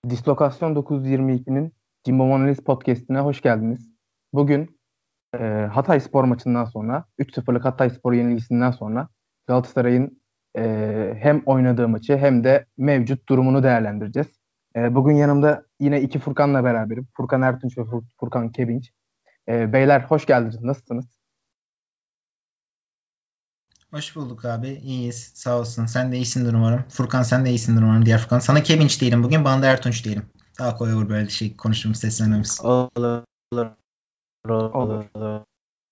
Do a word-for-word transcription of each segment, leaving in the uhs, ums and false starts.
Dislokasyon dokuz yüz yirmi ikinin Cimbom Analiz Podcast'ine hoş geldiniz. Bugün e, Hatay Spor maçından sonra, üç sıfırlık Hatay Spor yenilgisinden sonra Galatasaray'ın e, hem oynadığı maçı hem de mevcut durumunu değerlendireceğiz. E, bugün yanımda yine iki Furkan'la beraberim. Furkan Ertunç ve Fur- Furkan Kebinç. E, beyler hoş geldiniz. Nasılsınız? Hoş bulduk abi. İyiyiz. Sağ olsun. Sen de iyisindir umarım. Furkan sen de iyisindir umarım. Diğer Furkan. Sana Kebinç diyelim bugün. Bana da Ertunç diyelim. Daha kolay olur böyle şey konuşmamız, seslenmemiz. Olur, olur, Olur. olur.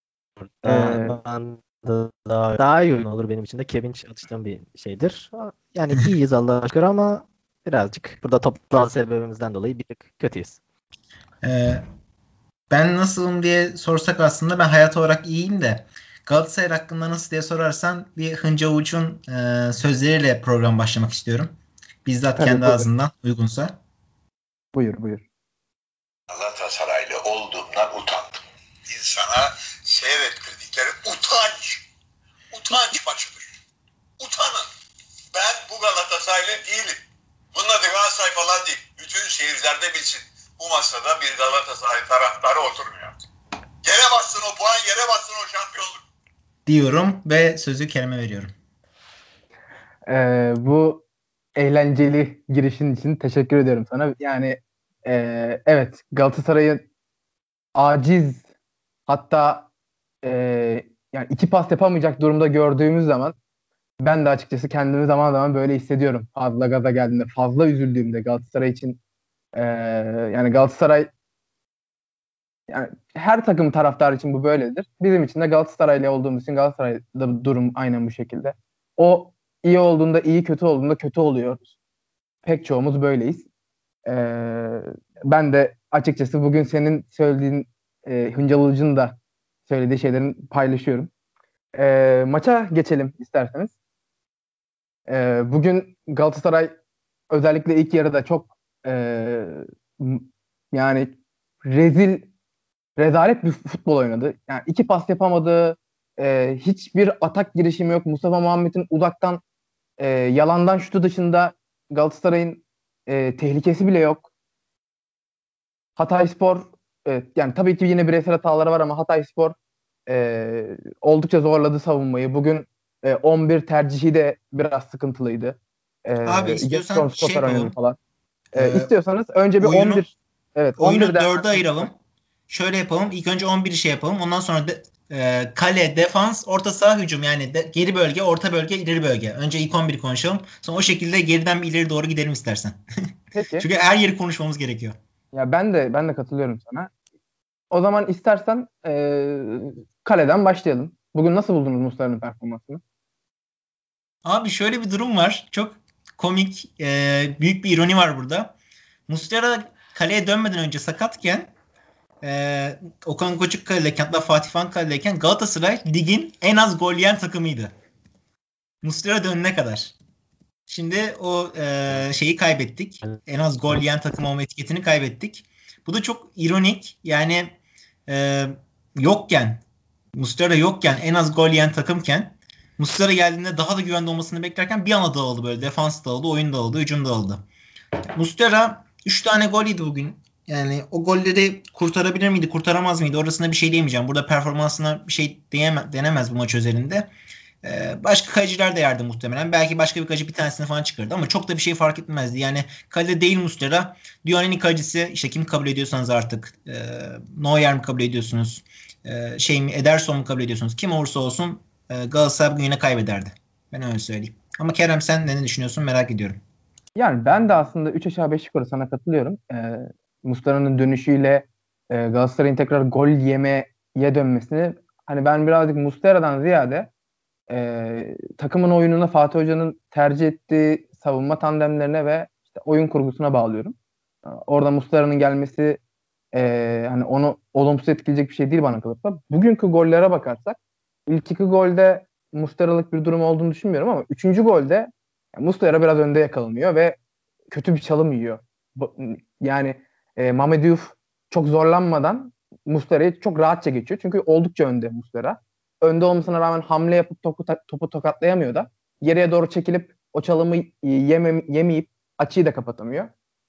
E, Daha, ben de daha, daha iyi olur benim için de. Kevinç alıştığım bir şeydir. Yani iyiyiz Allah'a şükür ama birazcık burada toplantı sebebimizden dolayı bir tık kötüyüz. Ee, ben nasılım diye sorsak aslında ben hayat olarak iyiyim de Galatasaray hakkında nasıl diye sorarsan bir Hınca Uç'un e, sözleriyle program başlamak istiyorum. Bizzat tabii kendi buyur. ağzından uygunsa. Buyur buyur. Galatasaraylı olduğumdan utandım. İnsana seyrettirdikleri utanç. Utanç maçıdır. Utanın. Ben bu Galatasaraylı değilim. Bunun adı Galatasaray falan değil. Bütün seyirciler de bilsin. Bu masada bir Galatasaray taraftarı oturmuyor. Yere bassın o puan, yere bassın o şampiyonluk. Diyorum ve sözü Kerem'e veriyorum. E, bu eğlenceli girişin için teşekkür ediyorum sana. Yani e, evet Galatasaray'ın aciz hatta e, yani iki pas yapamayacak durumda gördüğümüz zaman ben de açıkçası kendimi zaman zaman böyle hissediyorum. Fazla gaza geldiğimde, fazla üzüldüğümde Galatasaray için e, yani Galatasaray yani her takım taraftar için bu böyledir. Bizim için de Galatasaraylı olduğumuz için Galatasaray'da durum aynen bu şekilde. O iyi olduğunda iyi, kötü olduğunda kötü oluyoruz. Pek çoğumuz böyleyiz. E, ben de açıkçası bugün senin söylediğin e, Hıncal Uluç'un da söylediği şeylerin paylaşıyorum. E, maça geçelim isterseniz. E, bugün Galatasaray özellikle ilk yarıda çok e, m- yani rezil, rezalet bir futbol oynadı. Yani iki pas yapamadı. E, hiçbir atak girişimi yok. Mustafa Muhammed'in uzaktan e, yalandan şutu dışında Galatasaray'ın e, tehlikesi bile yok. Hatayspor e, yani tabii ki yine bireysel hataları var ama Hatayspor e, oldukça zorladı savunmayı. Bugün e, on bir tercihi de biraz sıkıntılıydı. E, Abi Gerson istiyorsan şey stoper oynadı yapalım. falan. E, E, istiyorsanız önce bir oyunu on bir evet on bir Oyunu dersen dörde ayıralım. Şöyle yapalım. İlk önce on biri şey yapalım. Ondan sonra de, e, kale, defans, orta saha, hücum. Yani de, geri bölge, orta bölge, ileri bölge. Önce ilk on biri konuşalım. Sonra o şekilde geriden bir ileri doğru gidelim istersen. peki. Çünkü her yeri konuşmamız gerekiyor. Ya ben de ben de katılıyorum sana. O zaman istersen e, kaleden başlayalım. Bugün nasıl buldunuz Muslera'nın performansını? Abi şöyle bir durum var. Çok komik, e, büyük bir ironi var burada. Muslera kaleye dönmeden önce sakatken e, Okan Koçuk kaledeyken hatta Fatih Fan kaledeyken Galatasaray ligin en az gol yiyen takımıydı. Muslera dönene kadar. Şimdi o e, şeyi kaybettik. En az gol yiyen takım olma etiketini kaybettik. Bu da çok ironik. Yani e, yokken, Muslera yokken en az gol yiyen takımken Muslera geldiğinde daha da güvende olmasını beklerken bir anda dağıldı böyle. Defans dağıldı, oyun dağıldı, hücum dağıldı. Muslera üç tane gol yedi bugün. Yani o golleri kurtarabilir miydi, kurtaramaz mıydı? Orasına bir şey diyemeyeceğim. Burada performansına bir şey diyeme, denemez bu maç özelinde. Ee, başka kaleciler de yardı muhtemelen. Belki başka bir kaleci bir tanesini falan çıkardı ama çok da bir şey fark etmezdi. Yani kalede değil Muslera. Dünyanın kalecisi işte kim kabul ediyorsanız artık. E, Neuer mi kabul ediyorsunuz? E, şey mi Ederson mu kabul ediyorsunuz? Kim olursa olsun e, Galatasaray bugün yine kaybederdi. Ben öyle söyleyeyim. Ama Kerem sen ne düşünüyorsun merak ediyorum. Yani ben de aslında üç aşağı beş yukarı sana katılıyorum. E, Muslera'nın dönüşüyle e, Galatasaray'ın tekrar gol yemeye dönmesini hani ben birazcık Muslera'dan ziyade e, takımın oyununa Fatih Hoca'nın tercih ettiği savunma tandemlerine ve işte oyun kurgusuna bağlıyorum. E, Orada Muslera'nın gelmesi e, hani onu olumsuz etkileyecek bir şey değil bana kalırsa. Bugünkü gollere bakarsak ilk iki golde Muslera'lık bir durum olduğunu düşünmüyorum ama üçüncü golde yani Muslera biraz önde yakalanıyor ve kötü bir çalım yiyor. Yani e, Mehmet Diouf çok zorlanmadan Muslera'yı çok rahatça geçiyor. Çünkü oldukça önde Muslera. Önde olmasına rağmen hamle yapıp topu, topu tokatlayamıyor da. Geriye doğru çekilip o çalımı yeme, yemeyip açıyı da kapatamıyor.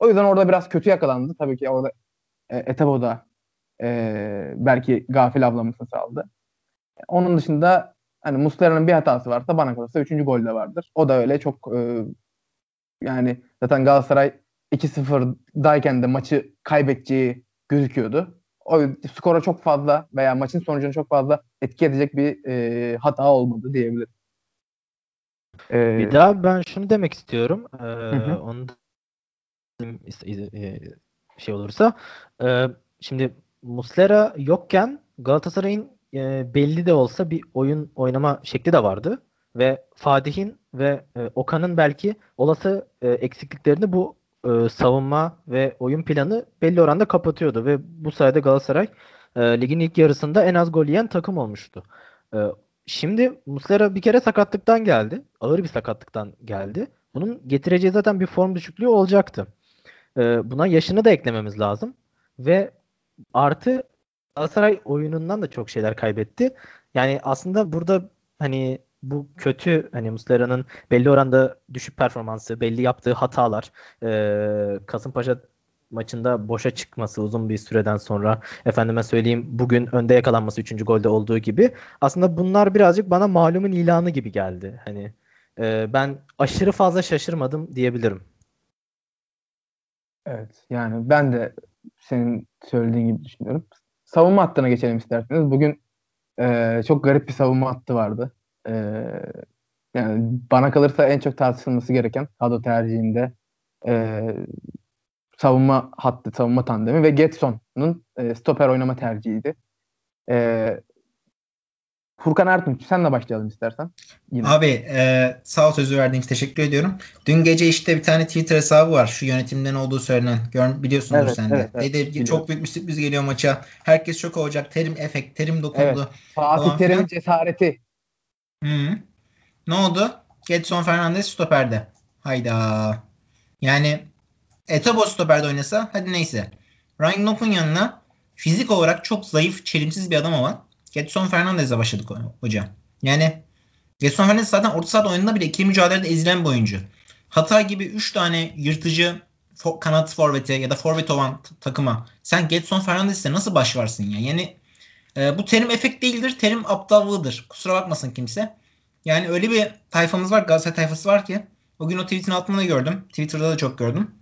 O yüzden orada biraz kötü yakalandı. Tabii ki orada e, Etebo da e, belki gafil avlamasını sağladı. Onun dışında hani Muslera'nın bir hatası varsa bana kalırsa üçüncü golde vardır. O da öyle çok e, yani zaten Galatasaray iki sıfırdayken de maçı kaybedeceği gözüküyordu. O skora çok fazla veya maçın sonucuna çok fazla etki edecek bir e, hata olmadı diyebilirim. E, Bir daha ben şunu demek istiyorum. Ee, hı hı. onu da şey olursa e, şimdi Muslera yokken Galatasaray'ın e, belli de olsa bir oyun oynama şekli de vardı ve Fatih'in ve e, Okan'ın belki olası e, eksikliklerini bu e, savunma ve oyun planı belli oranda kapatıyordu ve bu sayede Galatasaray e, ligin ilk yarısında en az gol yiyen takım olmuştu. E, şimdi Muslera bir kere sakatlıktan geldi. Ağır bir sakatlıktan geldi. Bunun getireceği zaten bir form düşüklüğü olacaktı. Ee, buna yaşını da eklememiz lazım. Ve artı Galatasaray oyunundan da çok şeyler kaybetti. Yani aslında burada hani bu kötü hani Muslera'nın belli oranda düşük performansı, belli yaptığı hatalar, e, Kasımpaşa maçında boşa çıkması uzun bir süreden sonra efendime söyleyeyim bugün önde yakalanması üçüncü golde olduğu gibi aslında bunlar birazcık bana malumun ilanı gibi geldi. Hani e, ben aşırı fazla şaşırmadım diyebilirim. Evet. Yani ben de senin söylediğin gibi düşünüyorum. Savunma hattına geçelim isterseniz. Bugün e, çok garip bir savunma hattı vardı. E, yani bana kalırsa en çok tartışılması gereken kadro tercihinde e, savunma hattı, savunma tandemi ve Getson'un e, stoper oynama tercihiydi. E, Furkan Ertunç, senle başlayalım istersen. Yine. Abi e, sağ ol sözü verdiğiniz teşekkür ediyorum. Dün gece işte bir tane Twitter hesabı var. Şu yönetimden olduğu söylenen. Gör, biliyorsundur Evet, sen de. evet, evet, Dedi, biliyorum. çok büyük bir sürpriz geliyor maça. Herkes şok olacak. Terim efekt, terim dokundu. Evet. Fatih Falan Terim'in filan. cesareti. Hı. Ne oldu? Gedson Fernandes stoperde. Hayda. Yani Etebo stoperde oynasa hadi neyse. Ryan Lock'un yanına fizik olarak çok zayıf, çelimsiz bir adam olan Gedson Fernandes'e başladık hocam. Yani Gedson Fernandes zaten orta sahada oyununda bile ikili mücadelede ezilen bir oyuncu. Hatay gibi üç tane yırtıcı fo- kanat forveti ya da forvet olan t- takıma sen Gedson Fernandes'e nasıl başvarsın ya? Yani e, bu terim efekt değildir. Terim aptallığıdır. Kusura bakmasın kimse. Yani öyle bir tayfamız var. Galatasaray tayfası var ki. O gün o tweetin altında da gördüm. Twitter'da da çok gördüm.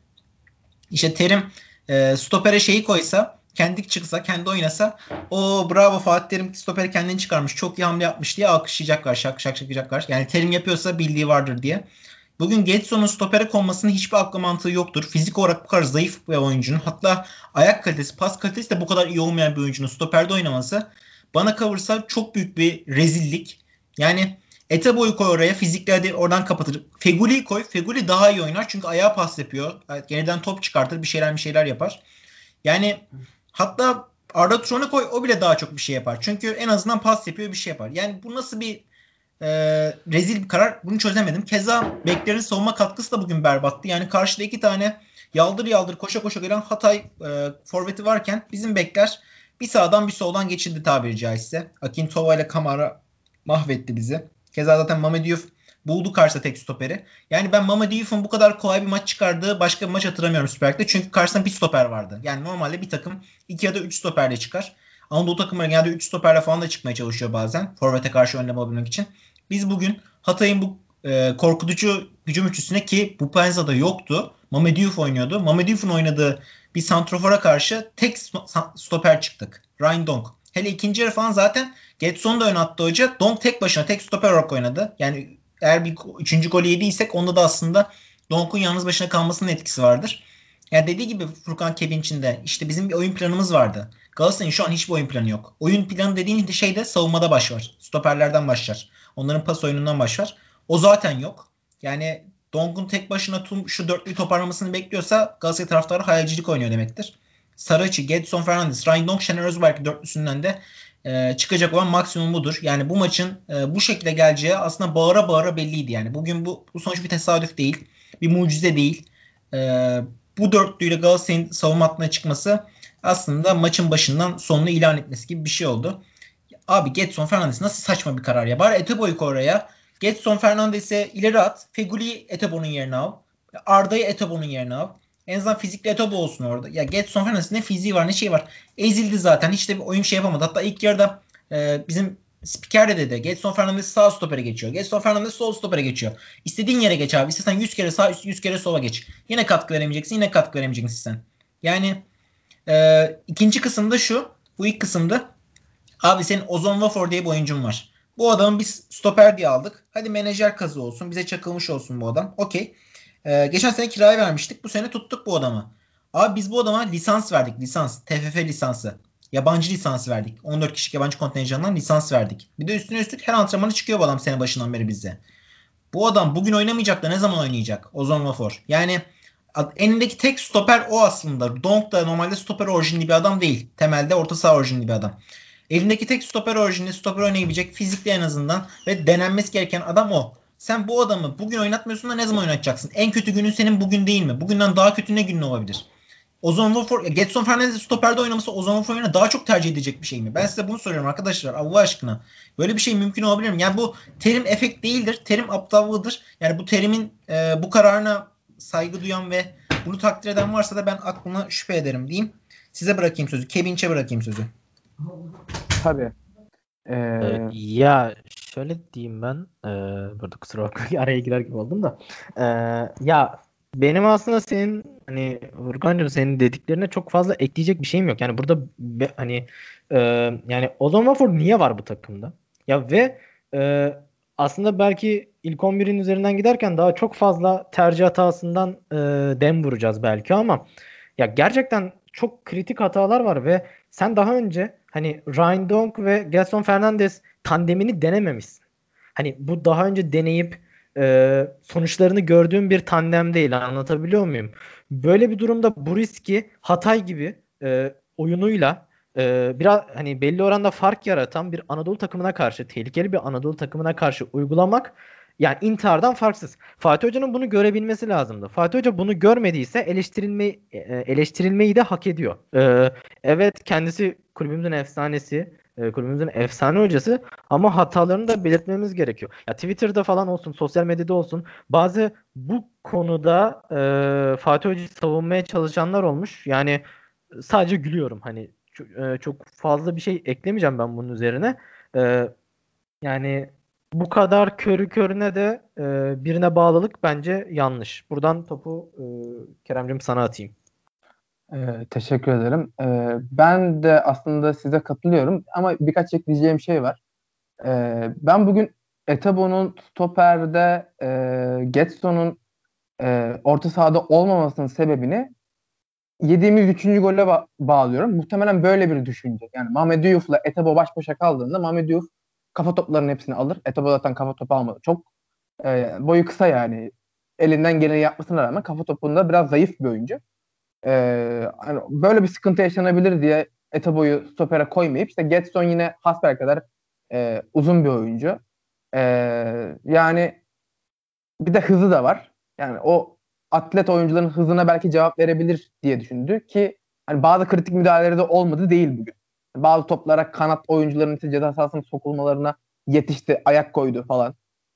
İşte Terim e, stopere şeyi koysa, kendi çıksa, kendi oynasa o bravo Fatih Terim stoperi kendini çıkarmış. Çok iyi hamle yapmış diye alkışlayacaklar. Şak şak şakacaklar. Yani Terim yapıyorsa bildiği vardır diye. Bugün Getson'un stopere konmasının hiçbir aklı mantığı yoktur. Fizik olarak bu kadar zayıf bir oyuncunun, hatta ayak kalitesi, pas kalitesi de bu kadar iyi olmayan bir oyuncunun stoperde oynaması bana kalırsa çok büyük bir rezillik. Yani Etebo'yu koy oraya, fizikle hadi oradan kapatır. Feguli'yi koy. Feguli daha iyi oynar çünkü ayağa pas yapıyor. Geriden top çıkartır, bir şeyler bir şeyler yapar. Yani hatta Arda Turan'ı koy, o bile daha çok bir şey yapar. Çünkü en azından pas yapıyor, bir şey yapar. Yani bu nasıl bir e, rezil bir karar, bunu çözemedim. Keza beklerin savunma katkısı da bugün berbattı. Yani karşıda iki tane yaldır yaldır koşa koşa gelen Hatay e, forveti varken bizim bekler bir sağdan bir soldan geçildi tabiri caizse. Akintova ile Kamara mahvetti bizi. Keza zaten Mehmet Diouf buldu karşısında tek stoperi. Yani ben Mehmet Diouf'un bu kadar kolay bir maç çıkardığı başka bir maç hatırlamıyorum Süper Lig'de. Çünkü karşısında bir stoper vardı. Yani normalde bir takım iki ya da üç stoperle çıkar. Anadolu takımları genelde üç stoperle falan da çıkmaya çalışıyor bazen. Forvet'e karşı önlem alabilmek için. Biz bugün Hatay'ın bu e, korkutucu hücum üçlüsüne, ki bu Penza'da yoktu, Mehmet Diouf oynuyordu. Mehmet Diouf'un oynadığı bir santrofora karşı tek stoper çıktık. Ryan Donk. Hele ikinci yarı falan zaten Gedson da ön attı hoca. Donk tek başına tek stoper olarak oynadı. Yani eğer bir üçüncü golü yediysek onda da aslında Donk'un yalnız başına kalmasının etkisi vardır. Yani dediği gibi Furkan Kebinç'in de işte bizim bir oyun planımız vardı. Galatasaray'ın şu an hiçbir oyun planı yok. Oyun planı dediğin şey de savunmada başlar. Stoperlerden başlar. Onların pas oyunundan başlar. O zaten yok. Yani Donk'un tek başına tüm şu dörtlüyü toparlamasını bekliyorsa Galatasaray taraftarı hayalcilik oynuyor demektir. Sarıçı, Gedson Fernandes, Ryan Donk, Şener Özberk dörtlüsünden de e, çıkacak olan maksimum budur. Yani bu maçın e, bu şekilde geleceği aslında bağıra bağıra belliydi. Yani bugün bu, bu sonuç bir tesadüf değil. Bir mucize değil. E, bu dörtlüyle Galatasaray'ın savunma hattına çıkması aslında maçın başından sonunu ilan etmesi gibi bir şey oldu. Abi Gedson Fernandes nasıl saçma bir karar ya. Bari Etebo'yu koy oraya. Gedson Fernandes'e ileri at. Feguli'yi Etebo'nun yerine al. Arda'yı Etebo'nun yerine al. En azından fizikli Etobo olsun orada. Ya Gedson Fernandes ne fiziği var ne şey var. Ezildi zaten. Hiç de bir oyun şey yapamadı. Hatta ilk yarıda e, bizim spiker de dedi. Gedson Fernandes sağ stopere geçiyor. Gedson Fernandes sol stopere geçiyor. İstediğin yere geç abi. İstersen yüz kere sağ yüz kere sola geç. Yine katkı veremeyeceksin. Yine katkı veremeyeceksin sen. Yani e, ikinci kısımda şu. Bu ilk kısımda abi senin Ozon Wafor diye bir oyuncun var. Bu adamı biz stoper diye aldık. Hadi menajer kazı olsun. Bize çakılmış olsun bu adam. Okey. Ee, geçen sene kiraya vermiştik. Bu sene tuttuk bu adamı. Abi biz bu adama lisans verdik. Lisans. T F F lisansı. Yabancı lisans verdik. on dört kişilik yabancı kontenjandan lisans verdik. Bir de üstüne üstlük her antrenmanı çıkıyor bu adam sene başından beri bizde. Bu adam bugün oynamayacak da ne zaman oynayacak? Ozon Wafor. Yani elindeki tek stoper o aslında. Donk da normalde stoper orijinli bir adam değil. Temelde orta saha orijinli bir adam. Elindeki tek stoper orijinli, stoper oynayabilecek fizikli en azından ve denenmesi gereken adam o. Sen bu adamı bugün oynatmıyorsun da ne zaman oynatacaksın? En kötü günün senin bugün değil mi? Bugünden daha kötü ne günün olabilir? Ozon Wafor, Gedson Fernandes'in stoperde oynaması Ozon Wafor'u daha çok tercih edecek bir şey mi? Ben size bunu soruyorum arkadaşlar. Allah aşkına. Böyle bir şey mümkün olabilir mi? Yani bu terim efekt değildir. Terim aptallığıdır. Yani bu terimin e, bu kararına saygı duyan ve bunu takdir eden varsa da ben aklına şüphe ederim diyeyim. Size bırakayım sözü. Kevinç'e bırakayım sözü. Tabii. Ee... Ee, ya şöyle diyeyim ben. Ee, burada kusura bakma araya girer gibi oldum da. Ee, ya benim aslında senin hani Furkan'cığım senin dediklerine çok fazla ekleyecek bir şeyim yok. Yani burada be, hani e, yani Ozon Wafor niye var bu takımda? Ya ve e, aslında belki ilk on birin üzerinden giderken daha çok fazla tercih hatasından e, dem vuracağız belki ama ya gerçekten çok kritik hatalar var ve sen daha önce hani Ryan Donk ve Gedson Fernandes tandemini denememişsin. Hani bu daha önce deneyip e, sonuçlarını gördüğüm bir tandem değil. Anlatabiliyor muyum? Böyle bir durumda bu riski Hatay gibi e, oyunuyla e, biraz hani belli oranda fark yaratan bir Anadolu takımına karşı, tehlikeli bir Anadolu takımına karşı uygulamak yani intihardan farksız. Fatih Hoca'nın bunu görebilmesi lazımdı. Fatih Hoca bunu görmediyse eleştirilme, e, eleştirilmeyi de hak ediyor. E, evet kendisi kulübümüzün efsanesi, e, kulübümüzün efsane hocası ama hatalarını da belirtmemiz gerekiyor. Ya Twitter'da falan olsun, sosyal medyada olsun bazı bu konuda e, Fatih Hoca'yı savunmaya çalışanlar olmuş. Yani sadece gülüyorum. Hani çok, e, çok fazla bir şey eklemeyeceğim ben bunun üzerine. E, yani bu kadar körü körüne de e, birine bağlılık bence yanlış. Buradan topu e, Keremcim sana atayım. Ee, teşekkür ederim. Ee, ben de aslında size katılıyorum ama birkaç ekleyeceğim şey var. Ee, ben bugün Etebo'nun stoperde e, Getson'un e, orta sahada olmamasının sebebini yediğimiz üçüncü gole ba- bağlıyorum. Muhtemelen böyle bir düşünce. Yani Mehmet Diouf'la Etebo baş başa kaldığında Mehmet Diouf kafa toplarının hepsini alır. Etebo zaten kafa topu almadı. Çok e, boyu kısa yani. Elinden geleni yapmasına rağmen kafa topunda biraz zayıf bir oyuncu. Ee, hani böyle bir sıkıntı yaşanabilir diye Etebo'yu stopere koymayıp işte Gedson yine hasbel kadar e, uzun bir oyuncu. Ee, yani bir de hızı da var. Yani o atlet oyuncuların hızına belki cevap verebilir diye düşündü ki hani bazı kritik müdahaleleri de olmadı değil bugün. Bazı toplara kanat oyuncuların işte ceza sahasına sokulmalarına yetişti, ayak koydu falan.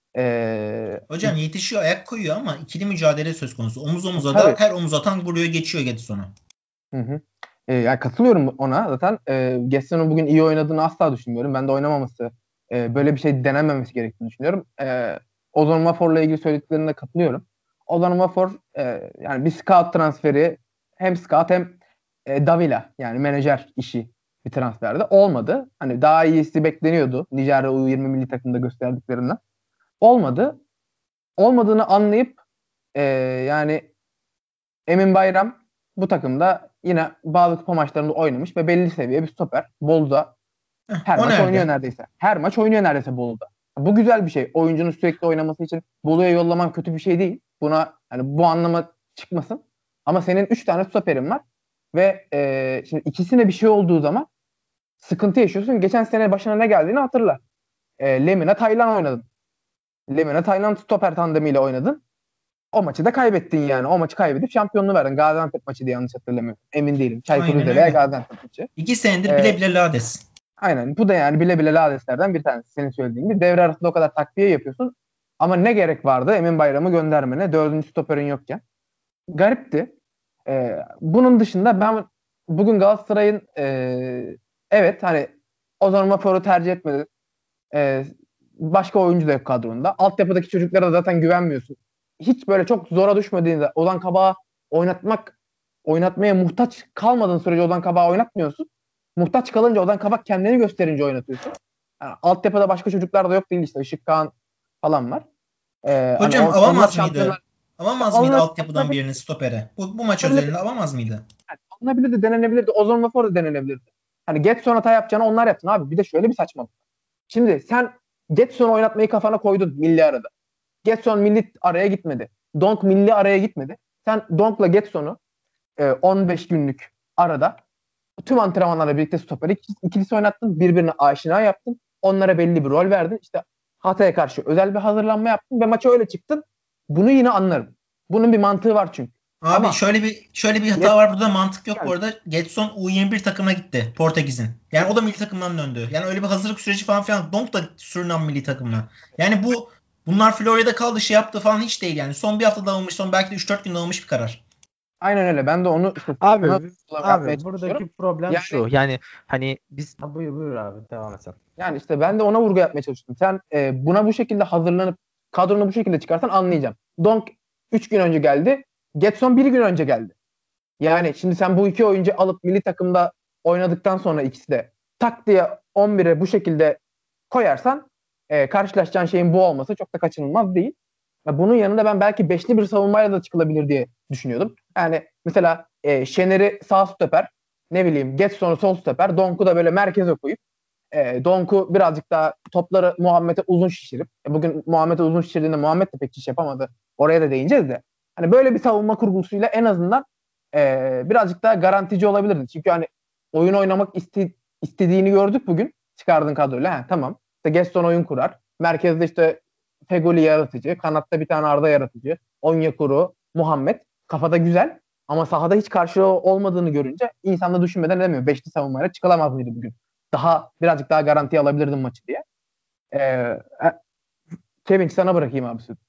Ee, Hocam yetişiyor, ayak koyuyor ama ikili mücadele söz konusu. Omuz omuza tabii. da her omuz atan vuruyor geçiyor Gedson'a. Hı hı. E, yani katılıyorum ona zaten. E, Getson'un bugün iyi oynadığını asla düşünmüyorum. Ben de oynamaması, e, böyle bir şey denenmemesi gerektiğini düşünüyorum. E, Ozan Wafor'la ilgili söylediklerine katılıyorum. Ozan Wafor e, yani bir scout transferi hem scout hem e, Davila yani menajer işi bir transferde olmadı. Hani daha iyisi bekleniyordu. Nijerya U yirmi milli takımda gösterdiklerinden. Olmadı. Olmadığını anlayıp e, yani Emin Bayram bu takımda yine bazı kupa maçlarında oynamış ve belli seviye bir stoper. Bolu'da her O maç nerede? oynuyor neredeyse. Her maç oynuyor neredeyse Bolu'da. Bu güzel bir şey. Oyuncunun sürekli oynaması için Bolu'ya yollaman kötü bir şey değil. Buna hani bu anlama çıkmasın. Ama senin üç tane stoperin var ve e, şimdi ikisine bir şey olduğu zaman sıkıntı yaşıyorsun. Geçen sene başına ne geldiğini hatırla. E, Lemina Taylan oynadın. Lemina Taylan stoper tandemiyle oynadın. O maçı da kaybettin yani. O maçı kaybedip şampiyonluğu verdin. Gaziantep maçı diye yanlış hatırlamıyorum. Emin değilim. Çaykur Aynen Rize veya öyle. Gaziantep maçı. İki senedir Ee, bile bile lades. aynen. Bu da yani bile bile ladeslerden bir tanesi. Senin söylediğin gibi. Devre arasında o kadar takviye yapıyorsun. Ama ne gerek vardı Emin Bayram'ı göndermene? Dördüncü stoperin yokken. Garipti. E, bunun dışında ben bugün Galatasaray'ın e, evet hani Ozan Vapor'u tercih etmedi. E, Başka oyuncu da yok kadronda. Altyapıdaki çocuklara zaten güvenmiyorsun. Hiç böyle çok zora düşmediğinde Ozan Kabak'ı oynatmak oynatmaya muhtaç kalmadığın sürece Ozan Kabak'ı oynatmıyorsun. Muhtaç kalınca Ozan Kabak kendini gösterince oynatıyorsun. Yani altyapıda başka çocuklar da yok değil işte. Işık Kağan falan var. Ee, hani Hocam on, onlar alamaz şampiyonlar mıydı? Alamaz mıydı alınabilir, altyapıdan birini stopere? Bu, bu maç alınabilir, özelinde alamaz mıydı? yani alınabilirdi, denenebilirdi. Ozan Vafor da denenebilirdi. Hani Getson hata yapacağını onlar yapsın abi. Bir de şöyle bir saçmalık. Şimdi sen Getson'u oynatmayı kafana koydun milli arada. Getson milli araya gitmedi. Donk milli araya gitmedi. Sen Donk'la Getson'u e, on beş günlük arada tüm antrenmanlarla birlikte stoper ikilisi oynattın. Birbirine aşina yaptın. Onlara belli bir rol verdin. İşte Hatay'a karşı özel bir hazırlanma yaptın ve maça öyle çıktın. Bunu yine anlarım. Bunun bir mantığı var çünkü. Abi Ama şöyle bir şöyle bir hata Get, var burada, mantık yok bu yani, arada. Getson U yirmi bir takımına gitti, Portekiz'in. Yani o da milli takımdan döndü. Yani öyle bir hazırlık süreci falan filan. Donk da Surinam milli takımına. Yani bu bunlar Florya'da kaldı, şey yaptı falan hiç değil yani. Son bir hafta alınmış, son belki de üç dört günde alınmış bir karar. aynen öyle. Ben de onu işte Abi ona yapmaya abi çalışıyorum. buradaki problem Yani şu. Yani hani biz ha, buyur buyur abi devam et sen. Yani işte ben de ona vurgu yapmaya çalıştım. Sen e, buna bu şekilde hazırlanıp kadronu bu şekilde çıkarsan anlayacağım. Donk üç gün önce geldi. Getson bir gün önce geldi. Yani şimdi sen bu iki oyuncu alıp milli takımda oynadıktan sonra ikisi de tak diye on bire bu şekilde koyarsan e, karşılaşacağın şeyin bu olması çok da kaçınılmaz değil. Ya bunun yanında ben belki beşli bir savunmayla da çıkılabilir diye düşünüyordum. Yani mesela e, Şener'i sağ stoper, ne bileyim Getson'u sol stoper, Donk'u da böyle merkeze koyup e, Donk'u birazcık daha topları Muhammed'e uzun şişirip e, bugün Muhammed'e uzun şişirdiğinde Muhammed de pek iş yapamadı. Oraya da değineceğiz de. Hani böyle bir savunma kurgusuyla en azından e, birazcık daha garantici olabilirdi. Çünkü hani oyun oynamak iste, istediğini gördük bugün. Çıkardın kadroyla. He, tamam. İşte Gaston oyun kurar. Merkezde işte Fegoli yaratıcı. Kanatta bir tane Arda yaratıcı. Onyekuru, Muhammed. Kafada güzel. Ama sahada hiç karşılığı olmadığını görünce insan da düşünmeden edemiyor. Beşli savunmayla çıkılamaz mıydı bugün? Daha birazcık daha garantiye alabilirdim maçı diye. Ee, Kevin sana bırakayım abi sözü.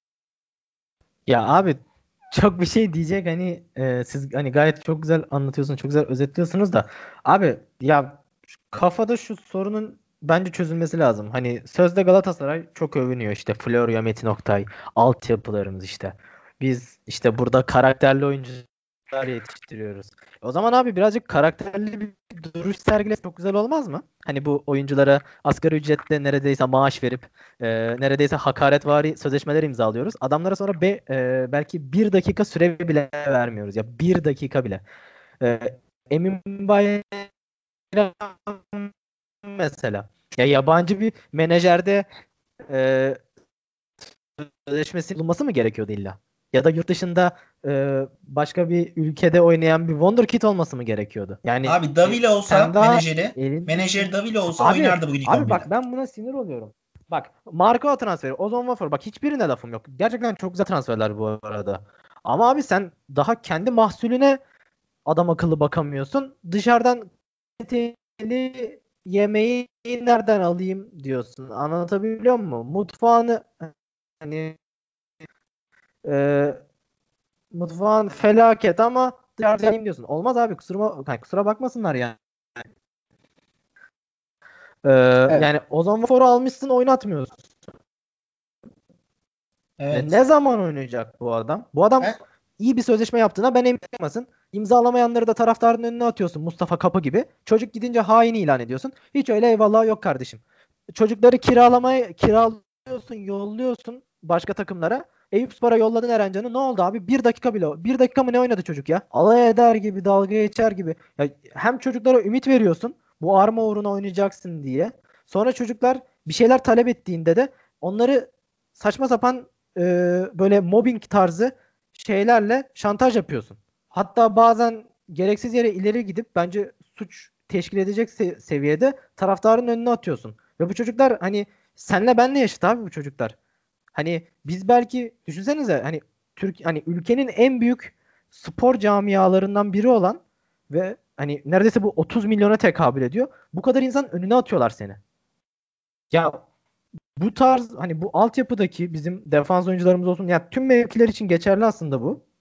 Ya abi çok bir şey diyecek hani e, siz hani gayet çok güzel anlatıyorsunuz, çok güzel özetliyorsunuz da abi ya kafada şu sorunun bence çözülmesi lazım. Hani sözde Galatasaray çok övünüyor işte Florya, Metin Oktay, altyapılarımız işte. Biz işte burada karakterli oyuncular yetiştiriyoruz. O zaman abi birazcık karakterli bir duruş sergilese çok güzel olmaz mı? Hani bu oyunculara asgari ücretle neredeyse maaş verip e, neredeyse hakaretvari sözleşmeler imzalıyoruz. Adamlara sonra be, e, belki bir dakika süre bile vermiyoruz. Ya bir dakika bile. E, Emin Bayram mesela. Ya yabancı bir menajerde e, sözleşmesi bulunması mı gerekiyordu illa? Ya da yurt dışında e, başka bir ülkede oynayan bir wonderkid olması mı gerekiyordu? Yani Abi e, Davila sen olsa daha menajeri, elindeki... menajeri Davila olsa Abi, oynardı bugün ilk abi on birde. bak ben buna sinir oluyorum. Bak Marco transferi, Ozan Wafor bak hiçbirine lafım yok. Gerçekten çok güzel transferler bu arada. Ama abi sen daha kendi mahsulüne adam akıllı bakamıyorsun. Dışarıdan kaliteli yemeği nereden alayım diyorsun. Anlatabiliyor muyum? Mutfağını hani e, mutfağın felaket ama dışarıdan yiyeyim diyorsun. Olmaz abi kusura, yani kusura bakmasınlar yani. Ee, Evet. Yani Ozan Wafor'u almışsın oynatmıyorsun. Ne, Evet. ne zaman oynayacak bu adam? Bu adam Ben, iyi bir sözleşme yaptığına ben emin olmasın. İmzalamayanları da taraftarın önüne atıyorsun Mustafa Kapı gibi. Çocuk gidince hain ilan ediyorsun. Hiç öyle eyvallah yok kardeşim. Çocukları kiralamaya kiralıyorsun, yolluyorsun başka takımlara. Eyüpspor'a yolladın Erencan'ı. Ne oldu abi? Bir dakika bile. Bir dakika mı ne oynadı çocuk ya? Alay eder gibi, dalga geçer gibi. Ya hem çocuklara ümit veriyorsun. Bu arma uğruna oynayacaksın diye. Sonra çocuklar bir şeyler talep ettiğinde de onları saçma sapan e, böyle mobbing tarzı şeylerle şantaj yapıyorsun. Hatta bazen gereksiz yere ileri gidip bence suç teşkil edecek se- seviyede taraftarın önüne atıyorsun. Ve bu çocuklar hani senle benle yaşıt abi bu çocuklar. Hani biz belki düşünsenize hani Türk hani ülkenin en büyük spor camialarından biri olan ve hani neredeyse bu otuz milyona tekabül ediyor. Bu kadar insan önüne atıyorlar seni. Ya bu tarz hani bu altyapıdaki bizim defans oyuncularımız olsun yani tüm mevkiler için geçerli aslında bu.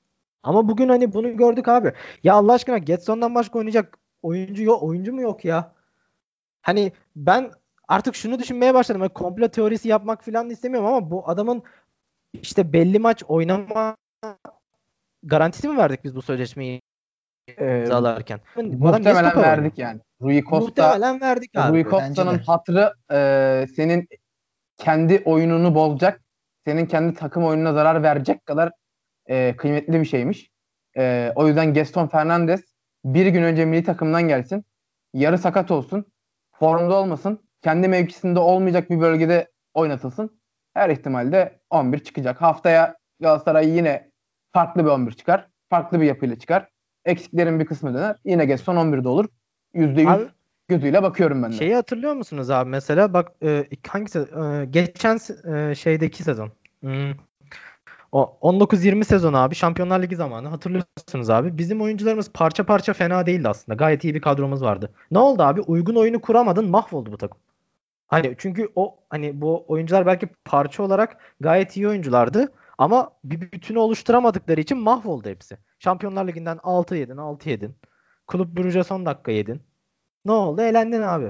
Ama bugün hani bunu gördük abi. Ya Allah aşkına Getson'dan başka oynayacak oyuncu yok, oyuncu mu yok ya? Hani ben artık şunu düşünmeye başladım. Yani komplo teorisi yapmak falan da istemiyorum ama bu adamın işte belli maç oynama garantisi mi verdik biz bu sözleşmeyi Ee, imzalarken? Bu adam niye muhtemelen stoper verdik oynuyor? yani. Rui Costa Muhtemelen verdik Rui abi. Bence Costa'nın de. hatırı e, senin kendi oyununu bozacak, senin kendi takım oyununa zarar verecek kadar e, kıymetli bir şeymiş. E, o yüzden Gaston Fernandes bir gün önce milli takımdan gelsin, yarı sakat olsun, formda olmasın, kendi mevkisinde olmayacak bir bölgede oynatılsın. Her ihtimalde on bir çıkacak. Haftaya Galatasaray yine farklı bir on bir çıkar. Farklı bir yapıyla çıkar. Eksiklerin bir kısmı döner. Yine Gaston on birde olur. yüzde yüz Abi gözüyle bakıyorum ben de. şeyi hatırlıyor musunuz abi mesela bak e, hangisi e, geçen se- e, şeydeki sezon. Hmm. O on dokuz yirmi sezon abi Şampiyonlar Ligi zamanı hatırlıyorsunuz abi. Bizim oyuncularımız parça parça fena değildi aslında. Gayet iyi bir kadromuz vardı. Ne oldu abi? Uygun oyunu kuramadın, mahvoldu bu takım. Hani çünkü o hani bu oyuncular belki parça olarak gayet iyi oyunculardı ama bir bütünü oluşturamadıkları için mahvoldu hepsi. Şampiyonlar Ligi'nden altı yedin, altı yedin. Kulüp Brugge son dakika yedin. Ne oldu? Elendin abi.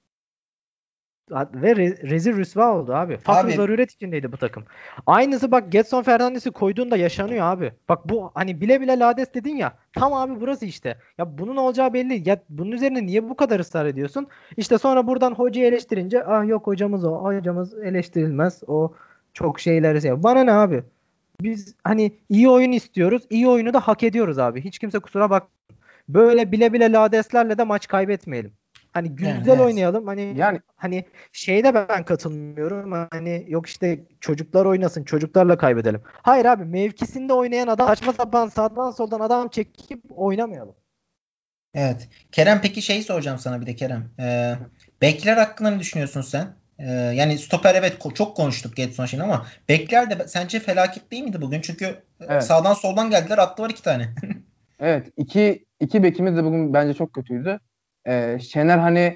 Ve re- rezil rüsva oldu abi. Fakr Abi zaruret içindeydi bu takım. Aynısı bak Gedson Fernandes'i koyduğunda yaşanıyor abi. Bak bu hani bile bile lades dedin ya. Tam abi burası işte. Ya bunun olacağı belli. Ya bunun üzerine niye bu kadar ısrar ediyorsun? İşte sonra buradan hocayı eleştirince ah yok hocamız o. Hocamız eleştirilmez. O çok şeyler şey. Bana ne abi? Biz hani iyi oyun istiyoruz. İyi oyunu da hak ediyoruz abi. Hiç kimse kusura bak. Böyle bile bile ladeslerle de maç kaybetmeyelim. Hani yani güzel evet. oynayalım. Hani Yani hani şeyde ben katılmıyorum. Hani yok işte çocuklar oynasın, çocuklarla kaybedelim. Hayır abi mevkisinde oynayan adam saçma sapan sağdan soldan adam çekip oynamayalım. Evet. Kerem peki şey soracağım sana bir de Kerem. Ee, bekler hakkında ne düşünüyorsun sen? Ee, yani stoper evet ko- çok konuştuk Gedson şimdi ama bekler de sence felaket değil miydi bugün? Çünkü e, evet. sağdan soldan geldiler attılar iki tane. Evet. iki, iki bekimiz de bugün bence çok kötüydü. Ee, Şener hani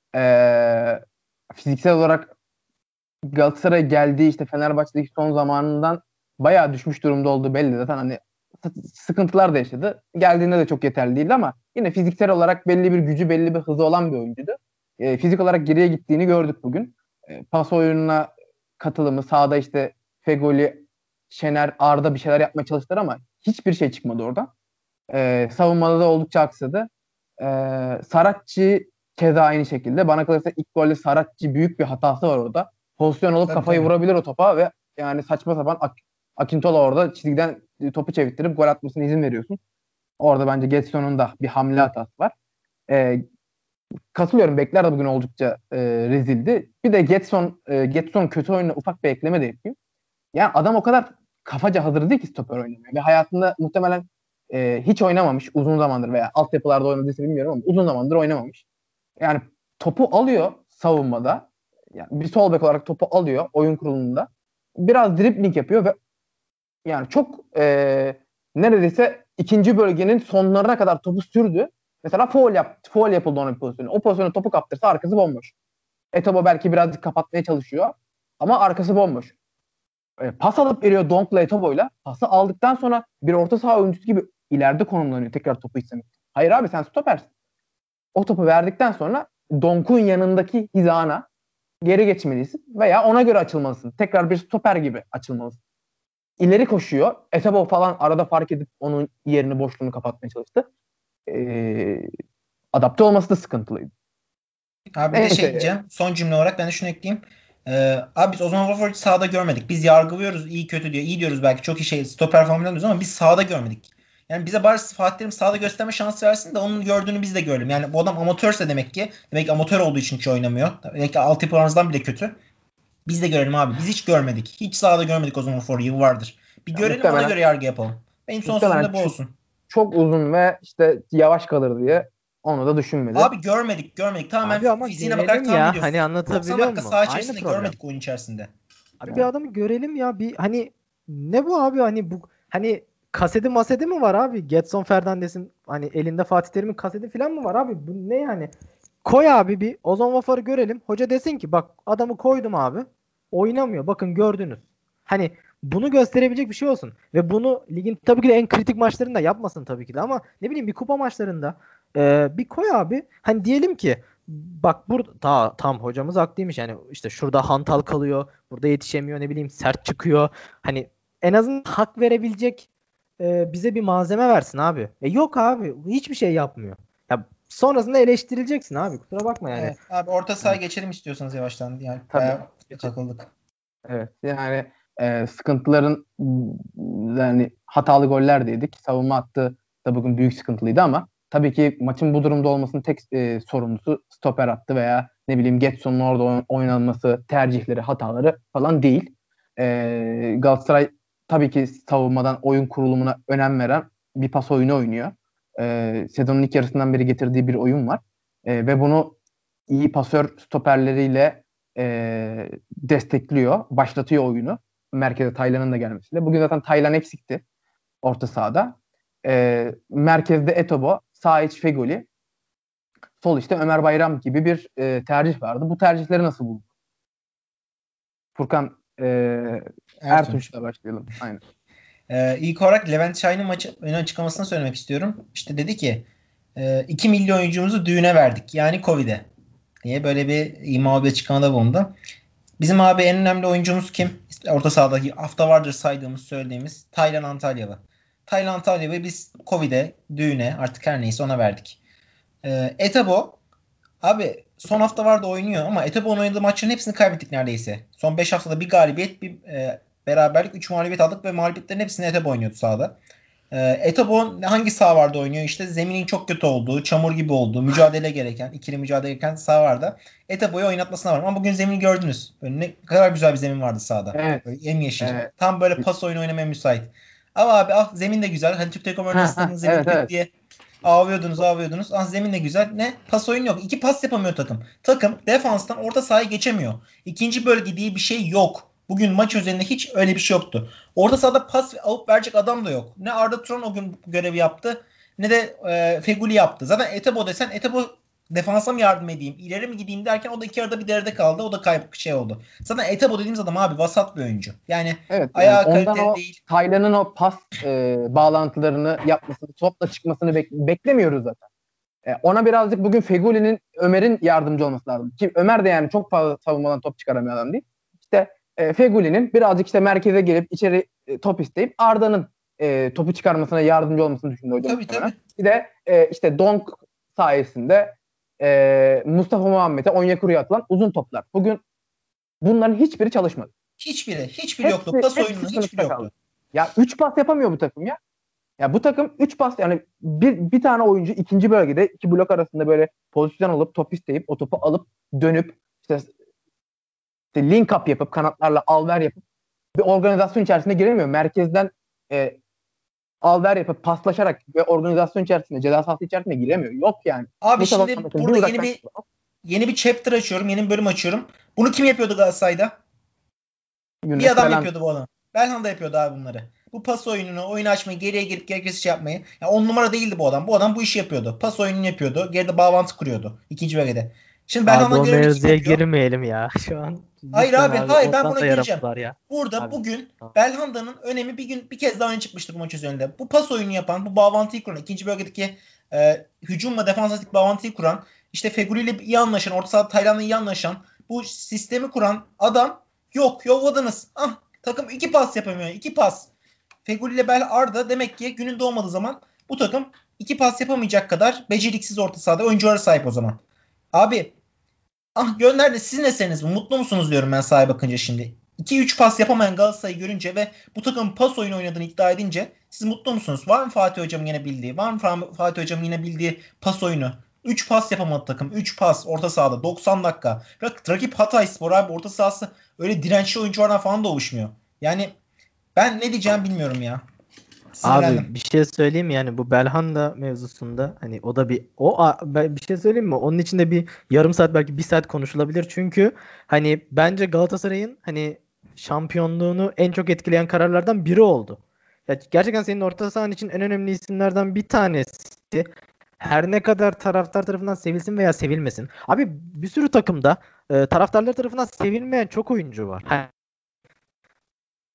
ee, fiziksel olarak Galatasaray geldiği işte Fenerbahçe'deki son zamanından bayağı düşmüş durumda olduğu belli. Zaten hani sıkıntılar da yaşadı. Geldiğinde de çok yeterli değildi ama yine fiziksel olarak belli bir gücü, belli bir hızı olan bir oyuncuydu. E, fizik olarak geriye gittiğini gördük bugün. E, pas oyununa katılımı, sahada işte Fegoli, Şener, Arda bir şeyler yapmaya çalıştılar ama hiçbir şey çıkmadı oradan. E, savunmada da oldukça aksadı. E, Saratçı keza aynı şekilde. Bana kalırsa ilk golde Saratçı büyük bir hatası var orada. Pozisyon olup Tabii kafayı tabii. vurabilir o topa ve yani saçma sapan Ak- Akintola orada çizgiden topu çevirttirip gol atmasına izin veriyorsun. Orada bence Getson'un da bir hamle hatası var. E, Katılıyorum. Bekler de bugün oldukça e, rezildi. Bir de Getson, e, Getson kötü oyununa ufak bir ekleme de yapayım. Yani adam o kadar kafaca hazır değil ki stoper oynamaya. Ve hayatında muhtemelen e, hiç oynamamış uzun zamandır veya altyapılarda oynadıysa bilmiyorum ama uzun zamandır oynamamış. Yani topu alıyor savunmada. Yani bir sol bek olarak topu alıyor oyun kurulumunda. Biraz dribbling yapıyor ve yani çok e, neredeyse ikinci bölgenin sonlarına kadar topu sürdü. Mesela foul, yap, foul yapıldı onun pozisyonu. O pozisyonu topu kaptırsa arkası bomboş. Etobo belki birazcık kapatmaya çalışıyor ama arkası bomboş. E, pas alıp veriyor Donk'la Etobo'yla. Pası aldıktan sonra bir orta saha oyuncusu gibi ileride konumlanıyor tekrar topu istemek. Hayır abi sen stopersin. O topu verdikten sonra Donk'un yanındaki hizana geri geçmelisin veya ona göre açılmalısın. Tekrar bir stoper gibi açılmalısın. İleri koşuyor. Etebo falan arada fark edip onun yerini boşluğunu kapatmaya çalıştı. Ee, Adapte olması da sıkıntılıydı. Abi bir de şey Neyse. diyeceğim. Son cümle olarak ben de şunu ekleyeyim. Ee, abi biz Ozan Wafor'u sahada görmedik. Biz yargılıyoruz iyi kötü diyor. İyi diyoruz belki çok iyi şey stoper falan diyoruz ama biz sahada görmedik. Yani bize bari Fatih Terim sahada gösterme şansı versin de onun gördüğünü biz de görelim. Yani bu adam amatörse demek ki demek ki amatör olduğu için hiç oynamıyor. Demek ki altyapılarımızdan bile kötü. Biz de görelim abi. Biz hiç görmedik. Hiç sahada görmedik Ozan Wafor'u yıllardır. Bir Ya görelim ona muhtemelen göre yargı yapalım. Benim son sözüm muhtemelen de bu çok, olsun. çok uzun ve işte yavaş kalır diye onu da düşünmedi. Abi görmedik görmedik. Tamamen Abi ama fiziğine bakarak görelim tahmin ya. Hani ediyorsun. doksan anlatabiliyor dakika muyum? saha Aynı içerisinde problem. görmedik oyun içerisinde. Abi bir Yani, adamı görelim ya. Bir hani ne bu abi hani bu hani kaseti maseti mi var abi? Gedson Fernandes'in hani elinde Fatih Terim'in kaseti falan mı var abi? Bu ne yani? Koy abi bir Ozan Wafar'ı görelim. Hoca desin ki bak adamı koydum abi. Oynamıyor. Bakın gördünüz. Hani bunu gösterebilecek bir şey olsun. Ve bunu ligin tabii ki de en kritik maçlarında yapmasın tabii ki de. Ama ne bileyim bir kupa maçlarında e, bir koy abi. Hani diyelim ki bak burada ta, tam hocamız haklıymış. Yani işte şurada hantal kalıyor. Burada yetişemiyor, ne bileyim sert çıkıyor. Hani en azından hak verebilecek e, bize bir malzeme versin abi. E yok abi. Hiçbir şey yapmıyor. Ya sonrasında eleştirileceksin abi. Kusura bakma yani. Evet, abi orta sahaya Evet. geçelim istiyorsanız yavaştan. Yani Tabii. bayağı takıldık. Evet. Yani e, sıkıntıların yani hatalı goller de yedik. Savunma hattı da bugün büyük sıkıntılıydı ama tabii ki maçın bu durumda olmasının tek e, sorumlusu stoper hattı veya ne bileyim Getson'un orada oyn- oynanması, tercihleri, hataları falan değil. E, Galatasaray tabii ki savunmadan oyun kurulumuna önem veren bir pas oyunu oynuyor. E, sezonun ilk yarısından beri getirdiği bir oyun var. E, ve bunu iyi pasör stoperleriyle e, destekliyor, başlatıyor oyunu. Merkeze Taylan'ın da gelmesiyle. Bugün zaten Taylan eksikti orta sahada. E, merkezde Etobo, sağ iç Fegoli, sol işte Ömer Bayram gibi bir e, tercih vardı. Bu tercihleri nasıl buldun? Furkan e, Ertunç'la başlayalım. Aynen. Ee, ilk olarak Levent Şahin'in maçı ön açıklamasını söylemek istiyorum. İşte dedi ki iki milli oyuncumuzu düğüne verdik. Yani Covid'e diye böyle bir ima bir açıklamada bulundu. Bizim abi en önemli oyuncumuz kim? Orta sahadaki hafta vardır saydığımız söylediğimiz Taylan Antalyalı. Taylan Antalyalı biz Covid'e, düğüne artık her neyse ona verdik. Ee, Etebo abi son hafta vardı oynuyor ama Etebo'nun oynadığı maçların hepsini kaybettik neredeyse. Son beş haftada bir galibiyet, bir e, beraberlik, üç mağlubiyet aldık ve mağlubiyetlerin hepsini Etebo oynuyordu sahada. E, Etebo hangi saha vardı oynuyor? İşte zeminin çok kötü olduğu, çamur gibi olduğu, mücadele gereken, ikili mücadele gereken saha vardı. Etebo'yu oynatmasına var. Ama bugün zemini gördünüz. Böyle ne kadar güzel bir zemin vardı sahada. Evet. Böyle yemyeşil. Evet. Tam böyle pas oyunu oynamaya müsait. Ama abi ah zemin de güzel. Hani Türk Telekom Üniversitesi'nin zemin evet, kötü evet. diye ağlıyordunuz ağlıyordunuz. Ah zemin de güzel. Ne? Pas oyunu yok. İki pas yapamıyor takım. Takım defanstan orta sahaya geçemiyor. İkinci bölge diye bir şey yok. Bugün maç üzerinde hiç öyle bir şey yoktu. Orta sahada pas alıp verecek adam da yok. Ne Arda Turan o gün görevi yaptı ne de e, Feguli yaptı. Zaten Etebo desen Etebo defansa mı yardım edeyim, ileri mi gideyim derken o da iki arada bir derede kaldı. O da kayıp şey oldu. Zaten Etebo dediğimiz adam abi vasat bir oyuncu. Yani Evet, ayağı yani ondan kaliteli o değil. Taylan'ın o pas e, bağlantılarını yapmasını, topla çıkmasını bek- beklemiyoruz zaten. E, ona birazcık bugün Fegoli'nin, Ömer'in yardımcı olması lazım. Ki Ömer de yani çok fazla savunmadan top çıkaramıyor adam değil. İşte e, Fegoli'nin birazcık işte merkeze gelip içeri e, top isteyip Arda'nın e, topu çıkarmasına yardımcı olmasını düşündü hocam. Tabii tabii. Bir de e, işte Donk sayesinde e, Mustafa Muhammed'e Onyekuru'ya atılan uzun toplar. Bugün bunların hiçbiri çalışmadı. Hiçbiri. Hiçbiri Hepsi, yoktu. Pas hepsi oyununda sınıfta hiçbiri yoktu. kaldı. Ya üç pas yapamıyor bu takım ya. Ya bu takım üç pas yani bir, bir tane oyuncu ikinci bölgede iki blok arasında böyle pozisyon alıp top isteyip o topu alıp dönüp işte, işte link up yapıp kanatlarla alver yapıp bir organizasyon içerisinde giremiyor. Merkezden e, alver yapıp paslaşarak ve organizasyon içerisinde ceza sahası içerisinde giremiyor. Yok yani. Abi Mustafa şimdi Muhammed'in burada bir yeni bir uzaktan- yeni bir chapter açıyorum. Yeni bir bölüm açıyorum. Bunu kim yapıyordu Galatasaray'da? Yunus Bir adam Belhanda. yapıyordu bu adam. Belhanda yapıyordu abi bunları. Bu pas oyununu, oyunu açmayı, geriye gelip gerekirse şey yapmayı. Ya on numara değildi bu adam. Bu adam bu işi yapıyordu. Pas oyununu yapıyordu. Geride bağlantı kuruyordu. İkinci bölgede. Şimdi Abi Belhanda'nın o görevini kim mevzuya yapıyor? girmeyelim ya. Şu an Hayır lütfen abi, hayır ben oradan buna da gireceğim. yaramadılar ya. Burada Abi, bugün tamam. Belhanda'nın önemi bir gün bir kez daha öne çıkmıştı bu maç üzerinde. Bu pas oyunu yapan, bu bağlantıyı kuran, ikinci bölgedeki e, hücumla defans arasındaki bağlantıyı kuran, işte Feguli ile iyi anlaşan, orta sahada Taylan'la iyi anlaşan, bu sistemi kuran adam yok. Yolladınız. Ah, takım iki pas yapamıyor. iki pas. Feguli ile Bel Arda demek ki günün doğmadığı zaman bu takım iki pas yapamayacak kadar beceriksiz orta sahada oyunculara sahip o zaman. Abi ah gönderdi, sizin eseriniz mi? Mutlu musunuz diyorum ben sahaya bakınca şimdi. iki üç pas yapamayan Galatasaray'ı görünce ve bu takımın pas oyunu oynadığını iddia edince siz mutlu musunuz? Var mı Fatih Hocam'ın yine bildiği? Var mı Fatih Hocam'ın yine bildiği pas oyunu? üç pas yapamadı takım. üç pas orta sahada doksan dakika. Rak- Rakip Hatayspor abi, orta sahası öyle dirençli oyunculardan falan da oluşmuyor. Yani ben ne diyeceğimi bilmiyorum ya. Sinirlendim. Abi bir şey söyleyeyim mi? Yani bu Belhanda mevzusunda hani o da bir o a- ben bir şey söyleyeyim mi? Onun içinde bir yarım saat belki bir saat konuşulabilir. Çünkü hani bence Galatasaray'ın hani şampiyonluğunu en çok etkileyen kararlardan biri oldu. Ya gerçekten senin orta sahan için en önemli isimlerden bir tanesi. Her ne kadar taraftar tarafından sevilsin veya sevilmesin. Abi bir sürü takımda e, taraftarlar tarafından sevilmeyen çok oyuncu var.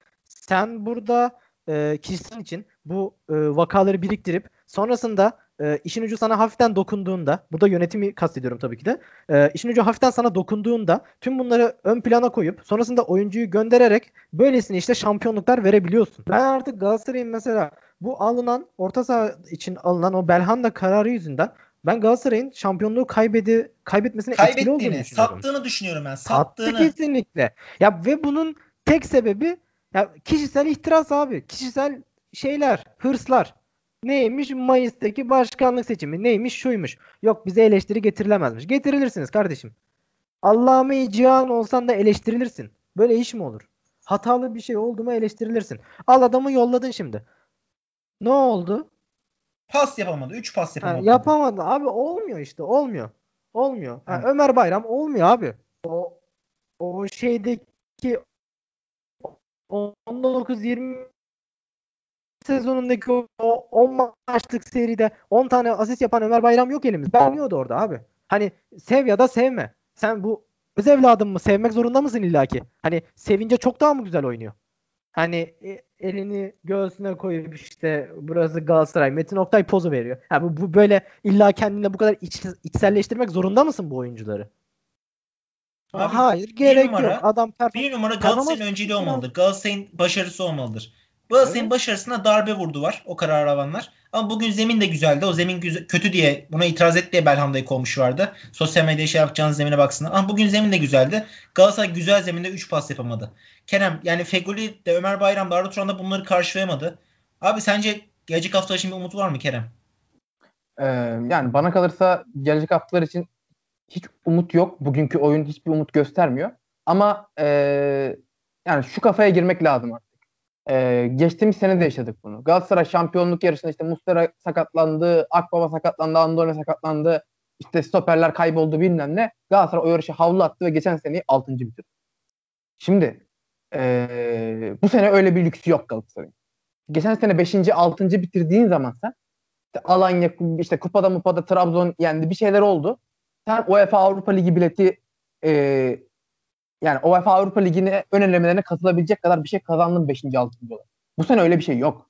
sen burada e, kişisel için bu e, vakaları biriktirip sonrasında e, işin ucu sana hafiften dokunduğunda, burada yönetimi kastediyorum tabii ki de, e, işin ucu hafiften sana dokunduğunda tüm bunları ön plana koyup sonrasında oyuncuyu göndererek böylesine işte şampiyonluklar verebiliyorsun. Ben artık Galatasaray'ın mesela bu alınan orta saha için alınan o Belhanda kararı yüzünden ben Galatasaray'ın şampiyonluğu kaybedi kaybetmesine etkili olduğunu Kaybettiğini, düşünüyorum. sattığını düşünüyorum ben. Sattı Sattığını. kesinlikle. Ya ve bunun tek sebebi ya kişisel ihtiras abi. Kişisel şeyler, hırslar. Neymiş? Mayıs'taki başkanlık seçimi. Neymiş? Şuymuş. Yok bize eleştiri getirilemezmiş. Getirilirsiniz kardeşim. Allame-i Cihan olsan da eleştirilirsin. Böyle iş mi olur? Hatalı bir şey oldu mu eleştirilirsin. Al adamı yolladın şimdi. Ne oldu? Pas yapamadı. üç pas Ha, yapamadı. yapamadı. Abi olmuyor işte. Olmuyor. Olmuyor. Ha, Evet. Ömer Bayram olmuyor abi. O o şeydeki on dokuz yirmi sezonundaki o on maçlık seride on tane asist yapan Ömer Bayram yok elimizde. Olmuyordu orada abi. Hani sev ya da sevme. Sen bu öz evladın mı sevmek zorunda mısın illaki? Hani sevince çok daha mı güzel oynuyor? Hani e, elini göğsüne koyup işte burası Galatasaray, Metin Oktay pozu veriyor. Ha, bu, bu böyle illa kendine bu kadar iç, içselleştirmek zorunda mısın bu oyuncuları? Abi, Hayır, bir gerek numara- yok. Adam perform- Bir numara performans- Galatasaray'ın önceliği olmalıdır. Galatasaray'ın başarısı olmalıdır. Galatasaray'ın Evet. başarısına darbe vurdu var. O kararı alanlar. Ama bugün zemin de güzeldi. O zemin güzel, kötü diye buna itiraz et diye Belhanda'yı kovmuş vardı. Sosyal medyada şey yapacağınız zemine baksınlar. Ama bugün zemin de güzeldi. Galatasaray güzel zeminde üç pas yapamadı. Kerem yani Feguli de Ömer Bayram da Arda Turan da bunları karşılayamadı. Abi sence gelecek hafta için bir umut var mı Kerem? Ee, yani bana kalırsa gelecek haftalar için hiç umut yok. Bugünkü oyun hiçbir umut göstermiyor. Ama ee, yani şu kafaya girmek lazım artık. Ee, geçtiğimiz sene de yaşadık bunu. Galatasaray şampiyonluk yarışında işte Muslera sakatlandı, Akbaba sakatlandı, Andone sakatlandı. İşte stoperler kayboldu bilmem ne. Galatasaray o yarışı havlu attı ve geçen seneyi altıncı bitirdi. Şimdi ee, bu sene öyle bir lüksü yok Galatasaray'ın. Geçen sene beşinci altıncı bitirdiğin zaman sen işte Alanya işte kupada mupada Trabzon yendi bir şeyler oldu. Sen UEFA Avrupa Ligi bileti e, yani UEFA Avrupa Ligi'ne ön elemelerine katılabilecek kadar bir şey kazandın beşinci altıncı olarak. Bu sene öyle bir şey yok.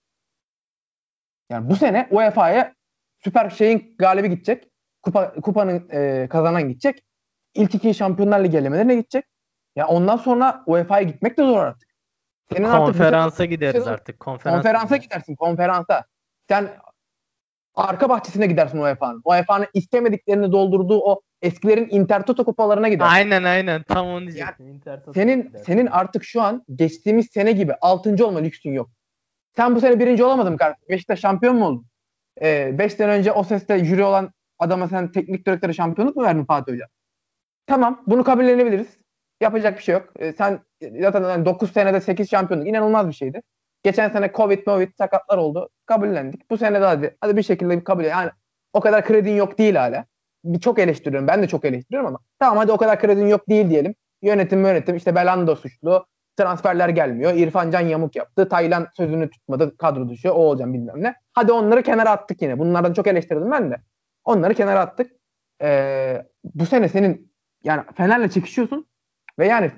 Yani bu sene U E F A'ya Süper şeyin galibi gidecek. Kupa, kupanın e, kazanan gidecek. İlk iki Şampiyonlar Ligi elemelerine gidecek. Ya ondan sonra U E F A'ya gitmek de zor artık. Senin Konferansa artık bu gideriz sene, artık. Konferans konferansa gidersin. Konferansa. Sen arka bahçesine gidersin U E F A'nın. U E F A'nın istemediklerini doldurduğu o eskilerin Intertoto kupalarına gidersin. Aynen aynen. Tam onu diyecektim. Intertoto Senin gidersin. senin artık şu an geçtiğimiz sene gibi altıncı olma lüksün yok. Sen bu sene birinci olamadın mı kardeşim? Beşiktaş şampiyon mu oldun? Ee, beş sene önce o seste jüri olan adama sen teknik direktöre şampiyonluk mu verdin Fatih Hoca? Tamam, bunu kabullenebiliriz. Yapacak bir şey yok. Ee, sen zaten yani dokuz senede sekiz şampiyonluk inanılmaz bir şeydi. Geçen sene Covid, Covid sakatlar oldu. Kabullendik. Bu sene de hadi, hadi bir şekilde bir kabul. Yani o kadar kredin yok değil hala. Bir çok eleştiriyorum. Ben de çok eleştiriyorum ama tamam hadi o kadar kredin yok değil diyelim. Yönetim yönetim işte Belhanda suçlu. Transferler gelmiyor. İrfan Can yamuk yaptı. Taylan sözünü tutmadı. Kadro dışı. O olacağım bilmem ne. Hadi onları kenara attık yine. Bunlardan çok eleştirdim ben de. Onları kenara attık. Ee, bu sene senin yani Fener'le çekişiyorsun ve yani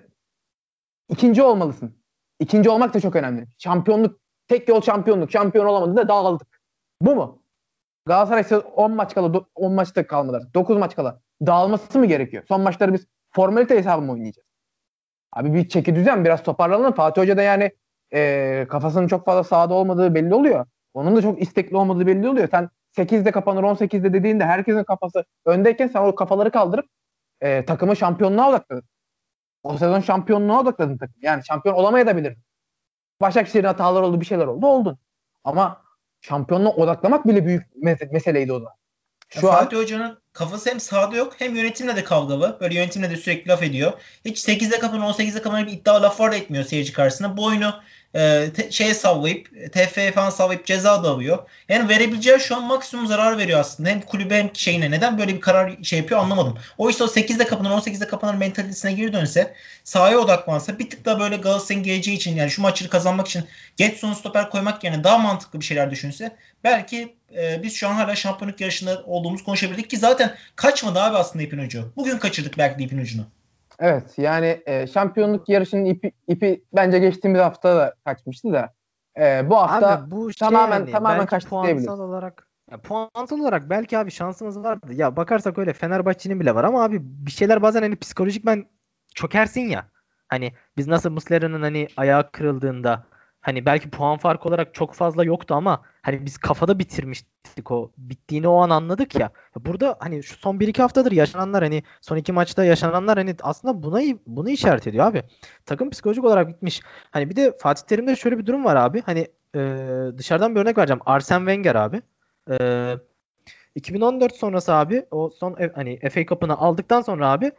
ikinci olmalısın. İkinci olmak da çok önemli. Şampiyonluk, tek yol şampiyonluk. Şampiyon olamadı da dağıldık. Bu mu? Galatasaray on maç kala, on maçta kalmadı. dokuz maç kala. Dağılması mı gerekiyor? Son maçları biz formalite hesabı mı oynayacağız? Abi bir çeki düzen, biraz toparlanalım. Fatih Hoca da yani e, kafasının çok fazla sahada olmadığı belli oluyor. Onun da çok istekli olmadığı belli oluyor. Sen sekizde kapanır on sekizde dediğinde herkesin kafası öndeyken sen o kafaları kaldırıp e, takımı şampiyonluğa odakladın. O sezon şampiyonluğa odakladın takım. Yani şampiyon olamayabilirdin. Başakşehir'in hataları oldu, bir şeyler oldu, oldun. Ama şampiyonluğa odaklamak bile büyük mes- meseleydi o zaman. Şu Şu Fatih an Hoca'nın kafası hem sahada yok hem yönetimle de kavgalı. Böyle yönetimle de sürekli laf ediyor. Hiç sekizde kapanır on sekizde kapanır bir iddia laflar da etmiyor seyirci karşısında. Bu oyunu e, te, şeye sallayıp T F F falan sallayıp ceza da alıyor. Yani verebileceği şu an maksimum zarar veriyor aslında. Hem kulübe hem şeyine. Neden böyle bir karar şey yapıyor anlamadım. Oysa o sekizde kapanır on sekizde kapanır mentalitesine geri dönse sahaya odaklansa bir tık da böyle Galatasaray'ın geleceği için yani şu maçları kazanmak için Getson stoper koymak yerine daha mantıklı bir şeyler düşünse belki e, biz şu an hala şampiyonluk yarışında olduğumuz konuşabilirdik ki zaten kaçmadı abi aslında ipin ucu. Bugün kaçırdık belki de ipin ucunu. Evet yani e, şampiyonluk yarışının ipi, ipi bence geçtiğimiz hafta da kaçmıştı da e, bu hafta Abi bu şey tamamen hani tamamen belki kaçtı diyebiliriz. puansal olarak ya puansal olarak belki abi şansımız vardı. Ya bakarsak öyle Fenerbahçe'nin bile var ama abi bir şeyler bazen hani psikolojik ben çökersin ya. Hani biz nasıl Muslera'nın hani ayağı kırıldığında hani belki puan farkı olarak çok fazla yoktu ama hani biz kafada bitirmiştik o. Bittiğini o an anladık ya. Burada hani şu son bir iki haftadır yaşananlar hani son iki maçta yaşananlar hani aslında buna bunu işaret ediyor abi. Takım psikolojik olarak bitmiş. Hani bir de Fatih Terim'de şöyle bir durum var abi. Hani e, dışarıdan bir örnek vereceğim. Arsene Wenger abi. E, iki bin on dört sonrası abi o son e- hani F A Cup'ını aldıktan sonra abi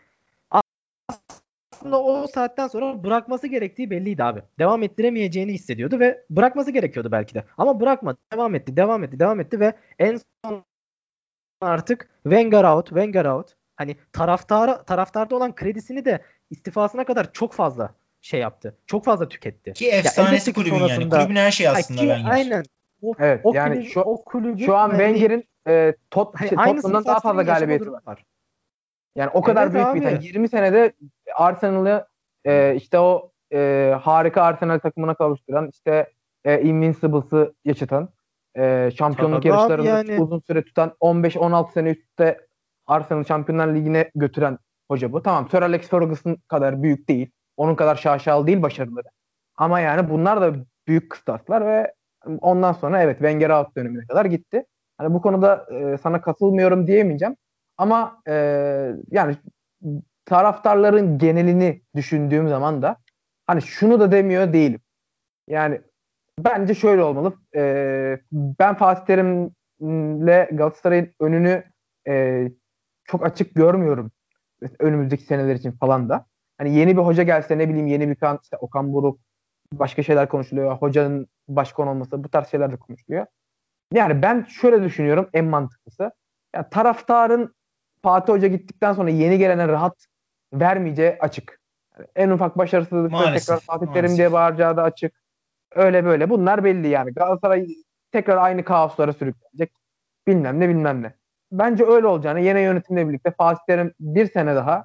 aslında o saatten sonra bırakması gerektiği belliydi abi. Devam ettiremeyeceğini hissediyordu ve bırakması gerekiyordu belki de. Ama bırakmadı. Devam etti, devam etti, devam etti ve en son artık Wenger out, Wenger out. Hani taraftara, taraftarda olan kredisini de istifasına kadar çok fazla şey yaptı. Çok fazla tüketti. Ki Ya efsanesi elbette ki kulübün yani. sonrasında Kulübün her şeyi ha, aslında ki Wenger. aynen o, Evet o yani kulübün şu o kulübün şu an hani, Wenger'in e, Tot, hani şey, aynısını Tottenham'dan daha Fatih fazla Terim'in yaşama galibiyeti durumu var. var. Yani o kadar Evet büyük bir yani abi. yirmi senede Arsenal'ı e, işte o e, harika Arsenal takımına kavuşturan işte e, Invincibles'ı yaşatan e, şampiyonluk Tabii abi yarışlarında yani. uzun süre tutan on beş on altı sene üstte Arsenal Şampiyonlar Ligi'ne götüren hoca bu. Tamam Sir Alex Ferguson kadar büyük değil. Onun kadar şaşalı değil başarıları. Ama yani bunlar da büyük kıstaslar ve ondan sonra evet Wenger out dönemine kadar gitti. Hani bu konuda e, sana katılmıyorum diyemeyeceğim. Ama e, yani taraftarların genelini düşündüğüm zaman da hani şunu da demiyor değilim. Yani bence şöyle olmalı. E, ben Fatih Terim'le Galatasaray'ın önünü e, çok açık görmüyorum. Önümüzdeki seneler için falan da. Hani yeni bir hoca gelse ne bileyim yeni bir kan, işte Okan Buruk başka şeyler konuşuluyor. Hocanın başkan olması bu tarz şeyler de konuşuluyor. Yani ben şöyle düşünüyorum en mantıklısı. Yani taraftarın Fatih Hoca gittikten sonra yeni gelene rahat vermeyeceği açık. Yani en ufak başarısızlıkta tekrar Maalesef. Fatih Terim diye Maalesef. bağıracağı da açık. Öyle böyle. Bunlar belli yani. Galatasaray tekrar aynı kaoslara sürüklenecek. Bilmem ne bilmem ne. Bence öyle olacağını yeni yönetimle birlikte Fatih Terim bir sene daha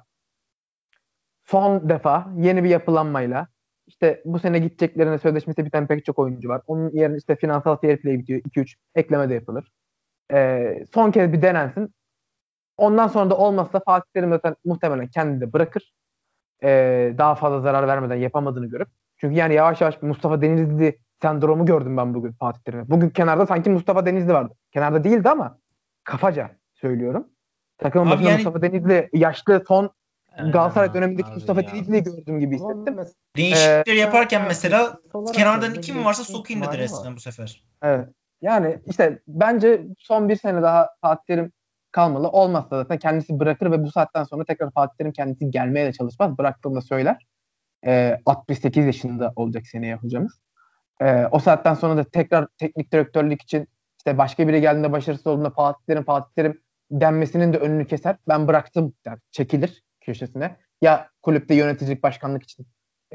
son defa yeni bir yapılanmayla işte bu sene gideceklerine sözleşmesi biten pek çok oyuncu var. Onun yerine işte finansal fair play bitiyor. iki üç ekleme de yapılır. Ee, son kez bir denensin. Ondan sonra da olmazsa Fatih Terim zaten muhtemelen kendini de bırakır. Ee, daha fazla zarar vermeden yapamadığını görüp. Çünkü yani yavaş yavaş Mustafa Denizli sendromu gördüm ben bugün Fatih Terim'e. Bugün kenarda sanki Mustafa Denizli vardı. Kenarda değildi ama kafaca söylüyorum. Takımın Abi başında yani Mustafa Denizli yaşlı son Galatasaray Ama dönemindeki abi Mustafa ya. Denizli'yi gördüğüm gibi Ama hissettim. mesela Ee, değişiklikleri yaparken mesela fiziksel olarak da kenardan önüne kim varsa geçme sokayım dedi ihtimali var. resmen bu sefer. evet. Yani işte bence son bir sene daha Fatih Terim kalmalı. Olmazsa zaten kendisi bırakır ve bu saatten sonra tekrar Fatih Terim kendisi gelmeye de çalışmaz. Bıraktığında söyler. Ee, altmış sekiz yaşında olacak seneye hocamız. Ee, o saatten sonra da tekrar teknik direktörlük için işte başka biri geldiğinde başarısız olduğunda Fatih Terim, Fatih Terim denmesinin de önünü keser. Ben bıraktım der. Çekilir köşesine. Ya kulüpte yöneticilik başkanlık için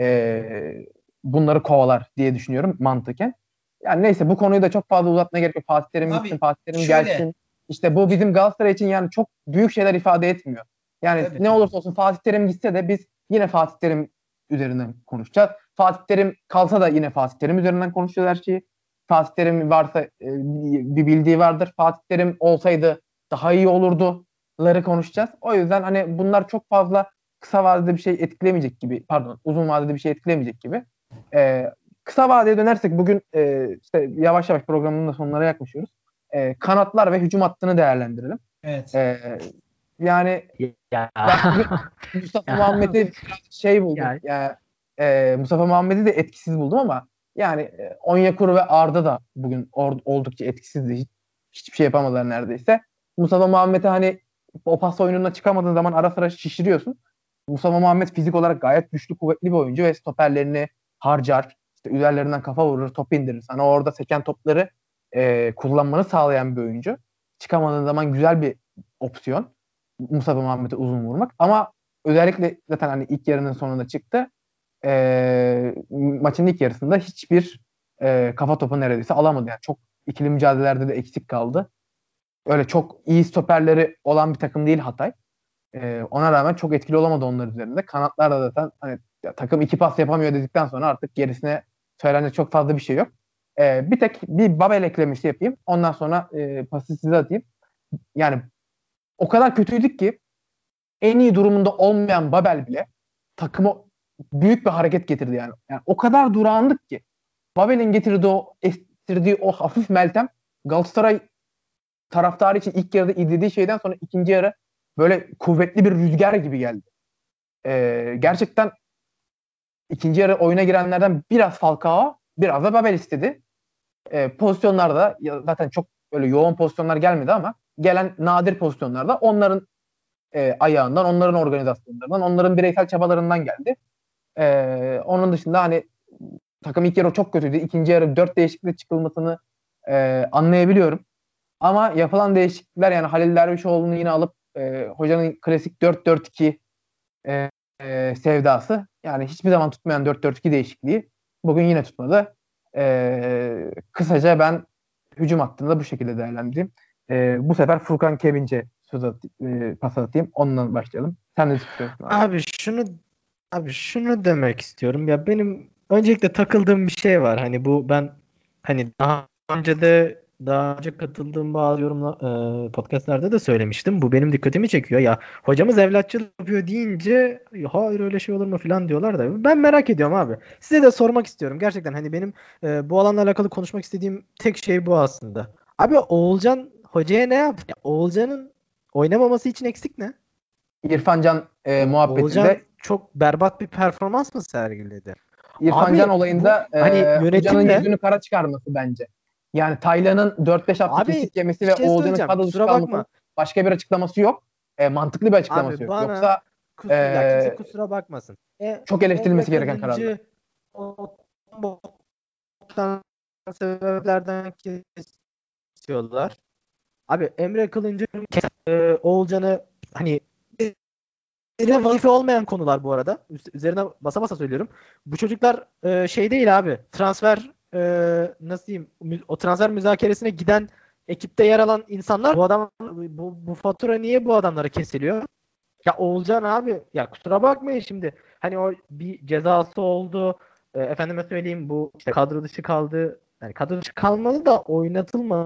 ee, bunları kovalar diye düşünüyorum mantıken. Yani neyse bu konuyu da çok fazla uzatmaya gerek yok. Fatih Terim gitsin, Abi Fatih Terim şöyle gelsin. İşte bu bizim Galatasaray için yani çok büyük şeyler ifade etmiyor. Yani tabii ne tabii. olursa olsun Fatih Terim gitse de biz yine Fatih Terim üzerinden konuşacağız. Fatih Terim kalsa da yine Fatih Terim üzerinden konuşacağız her şeyi. Fatih Terim varsa e, bir bildiği vardır. Fatih Terim olsaydı daha iyi olurduları konuşacağız. O yüzden hani bunlar çok fazla kısa vadede bir şey etkilemeyecek gibi, pardon uzun vadede bir şey etkilemeyecek gibi. Ee, kısa vadeye dönersek bugün e, işte yavaş yavaş programın da sonlara yaklaşıyoruz. Ee, kanatlar ve hücum hattını değerlendirelim. Evet. Ee, yani Ya. ben bugün Mustafa Muhammed'i biraz şey buldum. Ya. Yani e, Mustafa Muhammed'i de etkisiz buldum ama yani e, Onyekuru ve Arda da bugün or- oldukça etkisizdi. Hiç, hiçbir şey yapamadılar neredeyse. Mustafa Muhammed'i hani o pas oyununa çıkamadığın zaman ara sıra şişiriyorsun. Mustafa Muhammed fizik olarak gayet güçlü, kuvvetli bir oyuncu ve stoperlerini harcar. İşte üzerlerinden kafa vurur, top indirir. Sana orada seken topları e, kullanmanı sağlayan bir oyuncu. Çıkamadığın zaman güzel bir opsiyon. Mustafa Muhammed'e uzun vurmak. Ama özellikle zaten hani ilk yarının sonunda çıktı. E, maçın ilk yarısında hiçbir e, kafa topu neredeyse alamadı. Yani çok ikili mücadelelerde de eksik kaldı. Öyle çok iyi stoperleri olan bir takım değil Hatay. E, ona rağmen çok etkili olamadı onlar üzerinde. Kanatlar da zaten hani ya, takım iki pas yapamıyor dedikten sonra artık gerisine söylenecek çok fazla bir şey yok. E, bir tek bir Babel eklemesi yapayım. Ondan sonra e, pası size atayım. Yani o kadar kötüydük ki en iyi durumunda olmayan Babel bile takıma büyük bir hareket getirdi yani. Yani o kadar durağandık ki Babel'in getirdiği o estirdiği o hafif meltem Galatasaray taraftarı için ilk yarıda izlediği şeyden sonra ikinci yarı böyle kuvvetli bir rüzgar gibi geldi. Ee, gerçekten ikinci yarı oyuna girenlerden biraz Falcao, biraz da Babel istedi. Ee, pozisyonlarda zaten çok böyle yoğun pozisyonlar gelmedi ama gelen nadir pozisyonlarda onların e, ayağından, onların organizasyonlarından, onların bireysel çabalarından geldi. Ee, onun dışında hani takım ilk yarı çok kötüydü. İkinci yarı dört değişiklik çıkılmasını e, anlayabiliyorum. Ama yapılan değişiklikler yani Halil Dervişoğlu'nu yine alıp e, hocanın klasik dört dört iki e, e, sevdası. Yani hiçbir zaman tutmayan dört dört iki değişikliği bugün yine tutmadı. E, kısaca ben hücum hattında bu şekilde değerlendireyim. E, bu sefer Furkan Kebince söz at, e, pas atayım. Ondan başlayalım. Sen ne düşünüyorsun abi? Abi şunu abi şunu demek istiyorum. Ya benim öncelikle takıldığım bir şey var. Hani bu ben hani daha önce de daha önce katıldığım bazı yorumla e, podcastlerde de söylemiştim. Bu benim dikkatimi çekiyor. Ya hocamız evlatçılık yapıyor deyince hayır öyle şey olur mu falan diyorlar da ben merak ediyorum abi. Size de sormak istiyorum. Gerçekten hani benim e, bu alanla alakalı konuşmak istediğim tek şey bu aslında. Abi Oğulcan hocaya ne yaptı? Ya, Oğulcan'ın oynamaması için eksik ne? İrfan Can e, Oğulcan muhabbetinde çok berbat bir performans mı sergiledi? İrfan Can Abi bu olayında hani e, hocanın yönetimle yüzünü kara çıkarması bence. Yani Taylan'ın dört beş hafta abi kesik yemesi bir ve şey Oğulcan'ın söyleyeceğim. kadro dışı Kusura bakma. kalmasının başka bir açıklaması yok. E, mantıklı bir açıklaması Abi yok. bana Yoksa kusur ya kimse e, kusura bakmasın. E, çok eleştirilmesi Emre gereken kararlar. Kılıncı o boktan sebeplerden kesiyorlar. Abi Emre Kılıncı e, Oğulcan'ı hani üzerine vazife olmayan konular bu arada. Üz- Üzerine basa basa söylüyorum. Bu çocuklar e, şey değil abi. Transfer e, nasıl diyeyim? mü- O transfer müzakeresine giden ekipte yer alan insanlar bu adam bu, bu fatura niye bu adamlara kesiliyor? Ya Oğulcan abi ya kusura bakmayın şimdi. Hani o bir cezası oldu. E, efendime söyleyeyim bu işte kadro dışı kaldı. Yani kadro dışı kalmadı da oynatılmadı.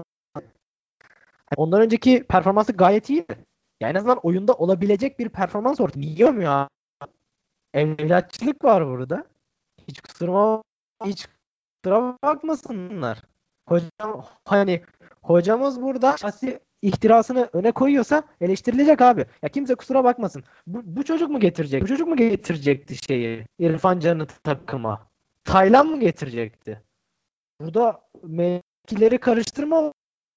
Ondan önceki performansı gayet iyiydi. Ya en azından oyunda olabilecek bir performans ortaya. Niye mu ya? Evlatçılık var burada. Hiç kusura hiç kusura bakmasınlar. Hocam hani hocamız burada şahsi ihtirasını öne koyuyorsa eleştirilecek abi. Ya kimse kusura bakmasın. Bu, bu çocuk mu getirecek? Bu çocuk mu getirecekti şeyi? İrfan Can'ı takıma. Taylan mı getirecekti? Burada mevkileri karıştırma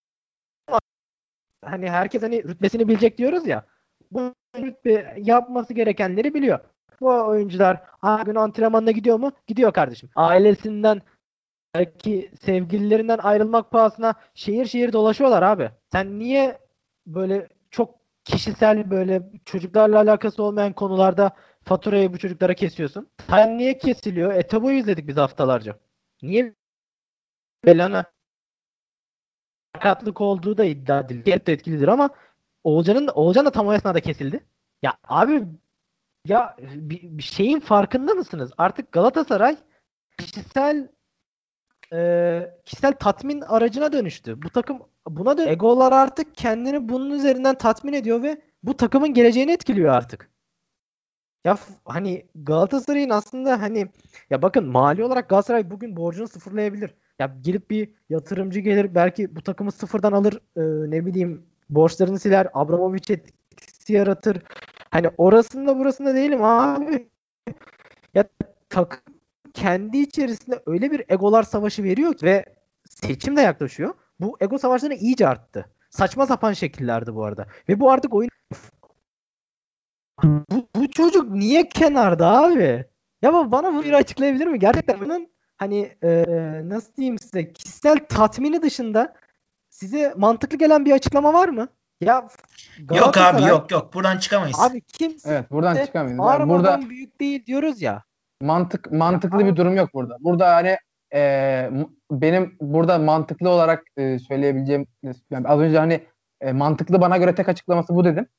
hani herkes hani rütbesini bilecek diyoruz ya. Bu rütbe yapması gerekenleri biliyor. Bu oyuncular her gün antrenmanına gidiyor mu? Gidiyor kardeşim. Ailesinden belki sevgililerinden ayrılmak pahasına şehir şehir dolaşıyorlar abi. Sen niye böyle çok kişisel böyle çocuklarla alakası olmayan konularda faturayı bu çocuklara kesiyorsun? Sen niye kesiliyor? Etobo'yu izledik biz haftalarca. Niye Belana sakatlık olduğu da iddia edildi. Diğer de etkilidir ama Oğulcan'ın da Oğulcan da tam o esnada kesildi. Ya abi ya bir, bir şeyin farkında mısınız? Artık Galatasaray kişisel e, kişisel tatmin aracına dönüştü. Bu takım buna dön. Egolar artık kendini bunun üzerinden tatmin ediyor ve bu takımın geleceğini etkiliyor artık. Ya f- hani Galatasaray'ın aslında hani ya bakın mali olarak Galatasaray bugün borcunu sıfırlayabilir. Ya gelip bir yatırımcı gelir belki bu takımı sıfırdan alır e, ne bileyim borçlarını siler Abramovich etkisi yaratır. Hani orasında burasında değilim abi. Ya takım kendi içerisinde öyle bir egolar savaşı veriyor ki ve seçim de yaklaşıyor. Bu ego savaşları iyice arttı. Saçma sapan şekillerdi bu arada. Ve bu artık oyun bu, bu çocuk niye kenarda abi? Ya ba- bana bunu bir açıklayabilir mi? Gerçekten bunun hani e, nasıl diyeyim size kişisel tatmini dışında size mantıklı gelen bir açıklama var mı? Ya Yok abi Galatasaray yok yok. Buradan çıkamayız. abi kimse Evet, buradan çıkamayız. Yani burada armadan büyük değil diyoruz ya. mantık Ya mantıklı bir abi, durum yok burada. Burada hani e, m- benim burada mantıklı olarak e, söyleyebileceğim yani az önce hani e, mantıklı bana göre tek açıklaması bu dedim.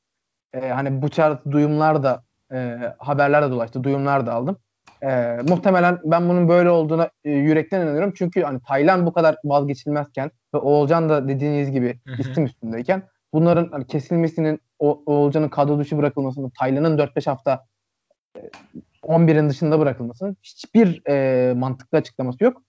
e, hani bu çarpı duyumlar da e, haberler de dolaştı. Duyumlar da aldım. E, muhtemelen ben bunun böyle olduğuna e, yürekten inanıyorum. Çünkü hani Taylan bu kadar vazgeçilmezken ve Oğulcan da dediğiniz gibi Hı hı. isim üstündeyken bunların hani kesilmesinin, o, Oğulcan'ın kadro dışı bırakılmasının, Taylan'ın dört beş hafta e, on birin dışında bırakılmasının hiçbir e, mantıklı açıklaması yok.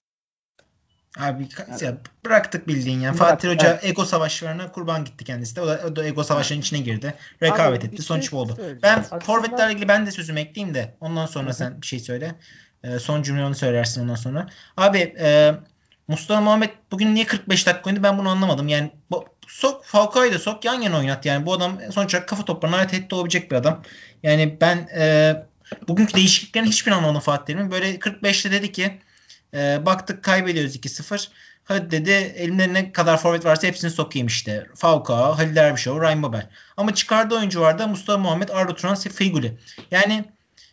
Abi Yani, ya bıraktık bildiğin ya. bırak, Fatih Hoca evet. ego savaşlarına kurban gitti kendisi de. O da, o da ego savaşlarının içine girdi. Abi Rekabet bir etti. şey Sonuç bu oldu. söyleyeceğim. Ben Aslında forvetlerle ilgili ben de sözümü ekleyeyim de ondan sonra Hı hı. sen bir şey söyle. Ee, son cümle onu söylersin ondan sonra. Abi e, Mustafa Muhammed bugün niye kırk beş dakika oynadı ben bunu anlamadım. Yani bu, sok Falcao'yu da sok yan yana oynat. Yani bu adam sonuç olarak kafa toplarına ait tehdit olabilecek bir adam. Yani ben e, bugünkü değişikliklerin hiçbirini anlamadım Fatih Terim'in. Böyle kırk beşte dedi ki e, baktık kaybediyoruz iki sıfır. Hadi dedi elimde ne kadar forvet varsa hepsini sokayım işte. Falcao, Halil Dervişoğlu, Ryan Babel. Ama çıkardığı oyuncu vardı Mustafa Muhammed, Arda Turan, Feguli. Yani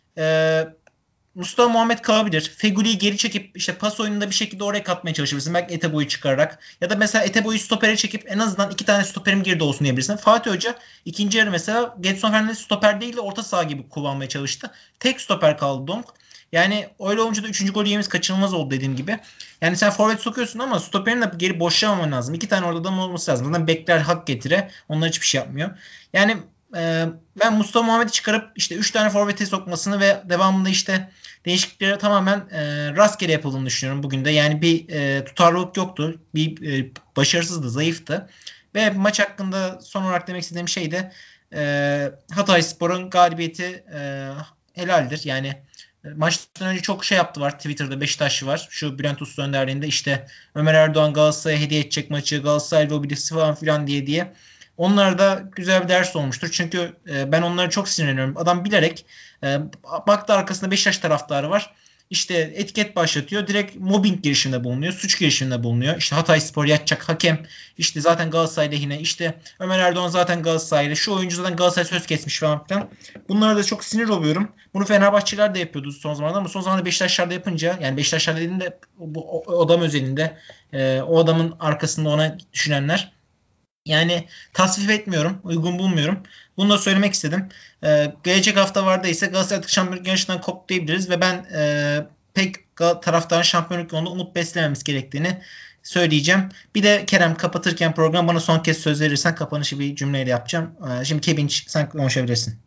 e, Mustafa Muhammed kalabilir. Feguli'yi geri çekip işte pas oyununda bir şekilde oraya katmaya çalışabilirsin. Belki Eteboy'u çıkararak. Ya da mesela Eteboy'u stopere çekip en azından iki tane stoperim geride olsun diyebilirsin. Fatih Hoca ikinci yarı mesela Gedson Fernandes stoper değil de orta saha gibi kullanmaya çalıştı. Tek stoper kaldı Donk. Yani öyle olunca da üçüncü golü yememiz kaçınılmaz oldu dediğim gibi. Yani sen forvet sokuyorsun ama stoperin de geri boşlamaman lazım. İki tane orada adam olması lazım. Zaten bekler hak getire. Onlar hiçbir şey yapmıyor. Yani e, ben Mustafa Muhammed'i çıkarıp işte üç tane forvete sokmasını ve devamında işte değişiklikleri tamamen e, rastgele yapıldığını düşünüyorum bugün de. Yani bir e, tutarlılık yoktu. Bir e, başarısızdı, zayıftı. Ve maç hakkında son olarak demek istediğim şey de e, Hatayspor'un galibiyeti e, helaldir. Yani e, maçtan önce çok şey yaptı var. Twitter'da Beşiktaşlı var. Şu Bülent Usta önderliğinde işte Ömer Erdoğan Galatasaray'a hediye edecek maçı, Galatasaray lobisi falan filan diye diye. Onlar da güzel bir ders olmuştur. Çünkü e, ben onlara çok sinirleniyorum. Adam bilerek e, baktı arkasında Beşiktaş taraftarı var. İşte etiket başlatıyor. Direkt mobbing girişiminde bulunuyor. Suç girişiminde bulunuyor. İşte Hatayspor yatacak hakem. İşte zaten Galatasaray lehine. İşte Ömer Erdoğan zaten Galatasaraylı. Şu oyuncu zaten Galatasaray söz kesmiş falan filan. Bunlara da çok sinir oluyorum. Bunu Fenerbahçeliler de yapıyordu son zamanlarda ama son zamanlarda Beşiktaşlar da yapınca yani Beşiktaşlar dediğinde bu o adam özelinde e, o adamın arkasında ona düşünenler yani tasvip etmiyorum. Uygun bulmuyorum. Bunu da söylemek istedim. Ee, gelecek hafta vardı ise Galatasaray artık şampiyonluk yarışından koptu diyebiliriz ve ben e, pek Gal- taraftarın şampiyonluk yolunda umut beslememiz gerektiğini söyleyeceğim. Bir de Kerem kapatırken program bana son kez söz verirsen kapanışı bir cümleyle yapacağım. Ee, şimdi Kebinç sen konuşabilirsin.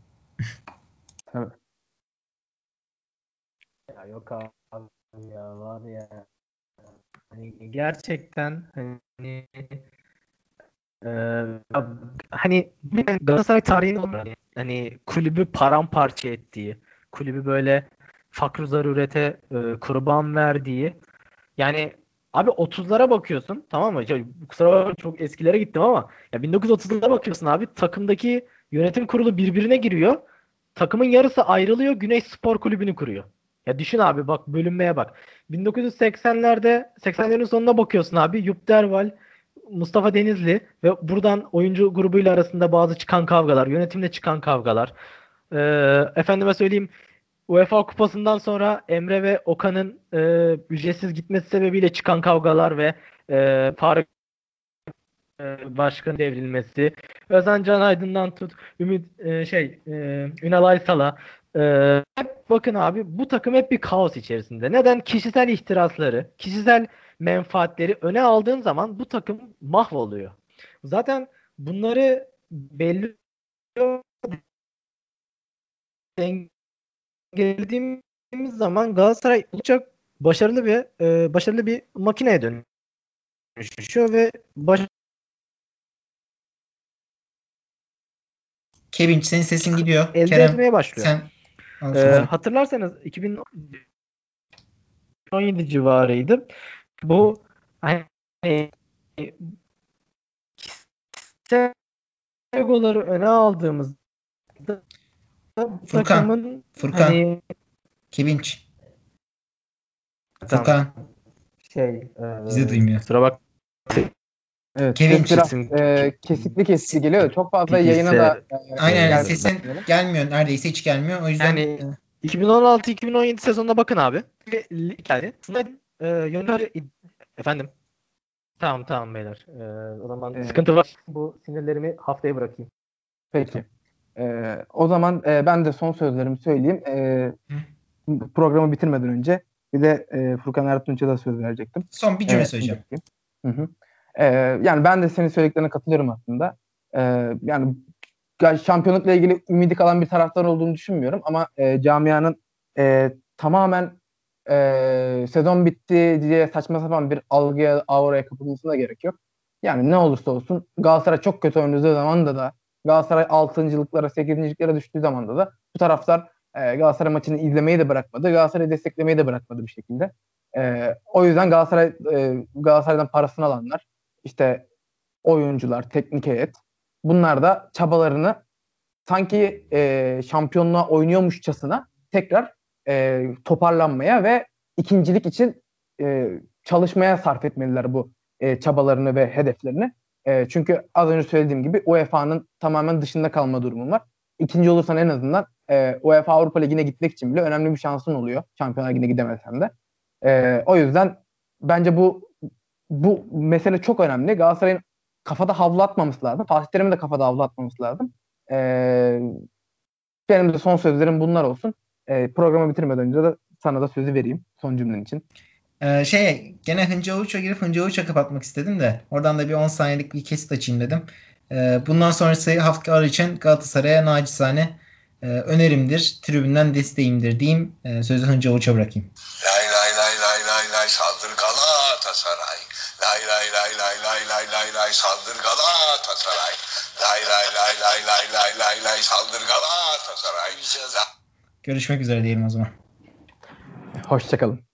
Tabii. Ya yok abi ya var ya. Hani gerçekten hani Ee, hani Galatasaray tarihinde olur hani, hani kulübü paramparça ettiği, kulübü böyle fakr zarurete e, kurban verdiği. Yani abi otuzlara bakıyorsun, tamam mı? Ya, kusura bakma çok eskilere gittim ama ya bin dokuz yüz otuzlara bakıyorsun abi, takımdaki yönetim kurulu birbirine giriyor. Takımın yarısı ayrılıyor, Güneş Spor Kulübü'nü kuruyor. Ya düşün abi, bak bölünmeye bak. bin dokuz yüz seksenlerde seksenlerin sonuna bakıyorsun abi. Yup Derval, Mustafa Denizli ve buradan oyuncu grubuyla arasında bazı çıkan kavgalar, yönetimle çıkan kavgalar. Ee, efendime söyleyeyim, UEFA Kupası'ndan sonra Emre ve Okan'ın e, ücretsiz gitmesi sebebiyle çıkan kavgalar ve e, Faruk e, Başkan'ın devrilmesi, Özcan Can Aydın'dan tut, Ümit e, şey e, Ünal Aysal'a, e, hep bakın abi, bu takım hep bir kaos içerisinde. Neden? Kişisel ihtirasları, kişisel menfaatleri öne aldığın zaman bu takım mahvoluyor. Zaten bunları belli dengelediğimiz zaman Galatasaray çok başarılı bir e, başarılı bir makineye dönüşüyor ve baş Kebinç senin sesin gidiyor. elde Kerem etmeye başlıyor. sen al Ee, sözü. hatırlarsanız iki bin on yedi civarıydı. Bu hani kişisel egoları öne aldığımızda bu Furkan. takımın Furkan. hani Kebinç. tamam, Furkan. şey e, Bizi duymuyor. kusura bak, Evet, Kevin ses biraz sesim e, kesikli kesikli geliyor. Çok fazla yayına değilse da e, Aynen e, sesin gelmeyelim. gelmiyor. Neredeyse hiç gelmiyor. O yüzden yani iki bin on altı iki bin on yedi sezonuna bakın abi. Yani Snyder'in e, yönetmenleri efendim. Tamam tamam beyler. Ee, o zaman E, sıkıntı var. Bu sinirlerimi haftaya bırakayım. peki. E, o zaman e, ben de son sözlerimi söyleyeyim. E, programı bitirmeden önce bir de e, Furkan Ertunç'a da söz verecektim. Son bir cümle E, söyleyeceğim. Hı hı. E, yani ben de senin söylediklerine katılıyorum aslında. E, yani şampiyonlukla ilgili ümidi kalan bir taraftar olduğunu düşünmüyorum ama e, camianın e, tamamen e, sezon bitti diye saçma sapan bir algıya, auraya kapılmasına gerek yok. Yani ne olursa olsun Galatasaray çok kötü oynadığı zaman da da Galatasaray altıncılıklara, sekizinciliklere düştüğü zaman da da bu taraftar e, Galatasaray maçını izlemeyi de bırakmadı. Galatasaray'ı desteklemeyi de bırakmadı bir şekilde. E, o yüzden Galatasaray e, Galatasaray'dan parasını alanlar, işte oyuncular, teknik heyet, bunlar da çabalarını sanki e, şampiyonluğa oynuyormuşçasına tekrar e, toparlanmaya ve ikincilik için e, çalışmaya sarf etmeliler bu e, çabalarını ve hedeflerini. E, çünkü az önce söylediğim gibi U E F A'nın tamamen dışında kalma durumu var. İkinci olursan en azından e, UEFA Avrupa Ligi'ne gitmek için bile önemli bir şansın oluyor. Şampiyonlar Ligi'ne gidemezsen de. E, o yüzden bence bu bu mesele çok önemli. Galatasaray'ın kafada havlu atmaması lazım. Fatih Terim'in de kafada havlu atmaması lazım. Ee, benim de son sözlerim bunlar olsun. Ee, programı bitirmeden önce de sana da sözü vereyim son cümlen için. Ee, şey gene Hınca Uç'a girip Hınca Uç'a kapatmak istedim de oradan da bir on saniyelik bir kesit açayım dedim. Ee, bundan sonrası haftalar için Galatasaray'a nacizane e, önerimdir. Tribünden desteğimdir diyeyim. E, sözü Hınca Uç'a bırakayım. Lay lay lay lay lay lay saldır Galatasaray. Lay lay lay lay lay lay lay lay saldır Galatasaray. Lay lay lay lay lay lay lay lay saldır Galatasaray. Görüşmek üzere diyelim o zaman. Hoşçakalın.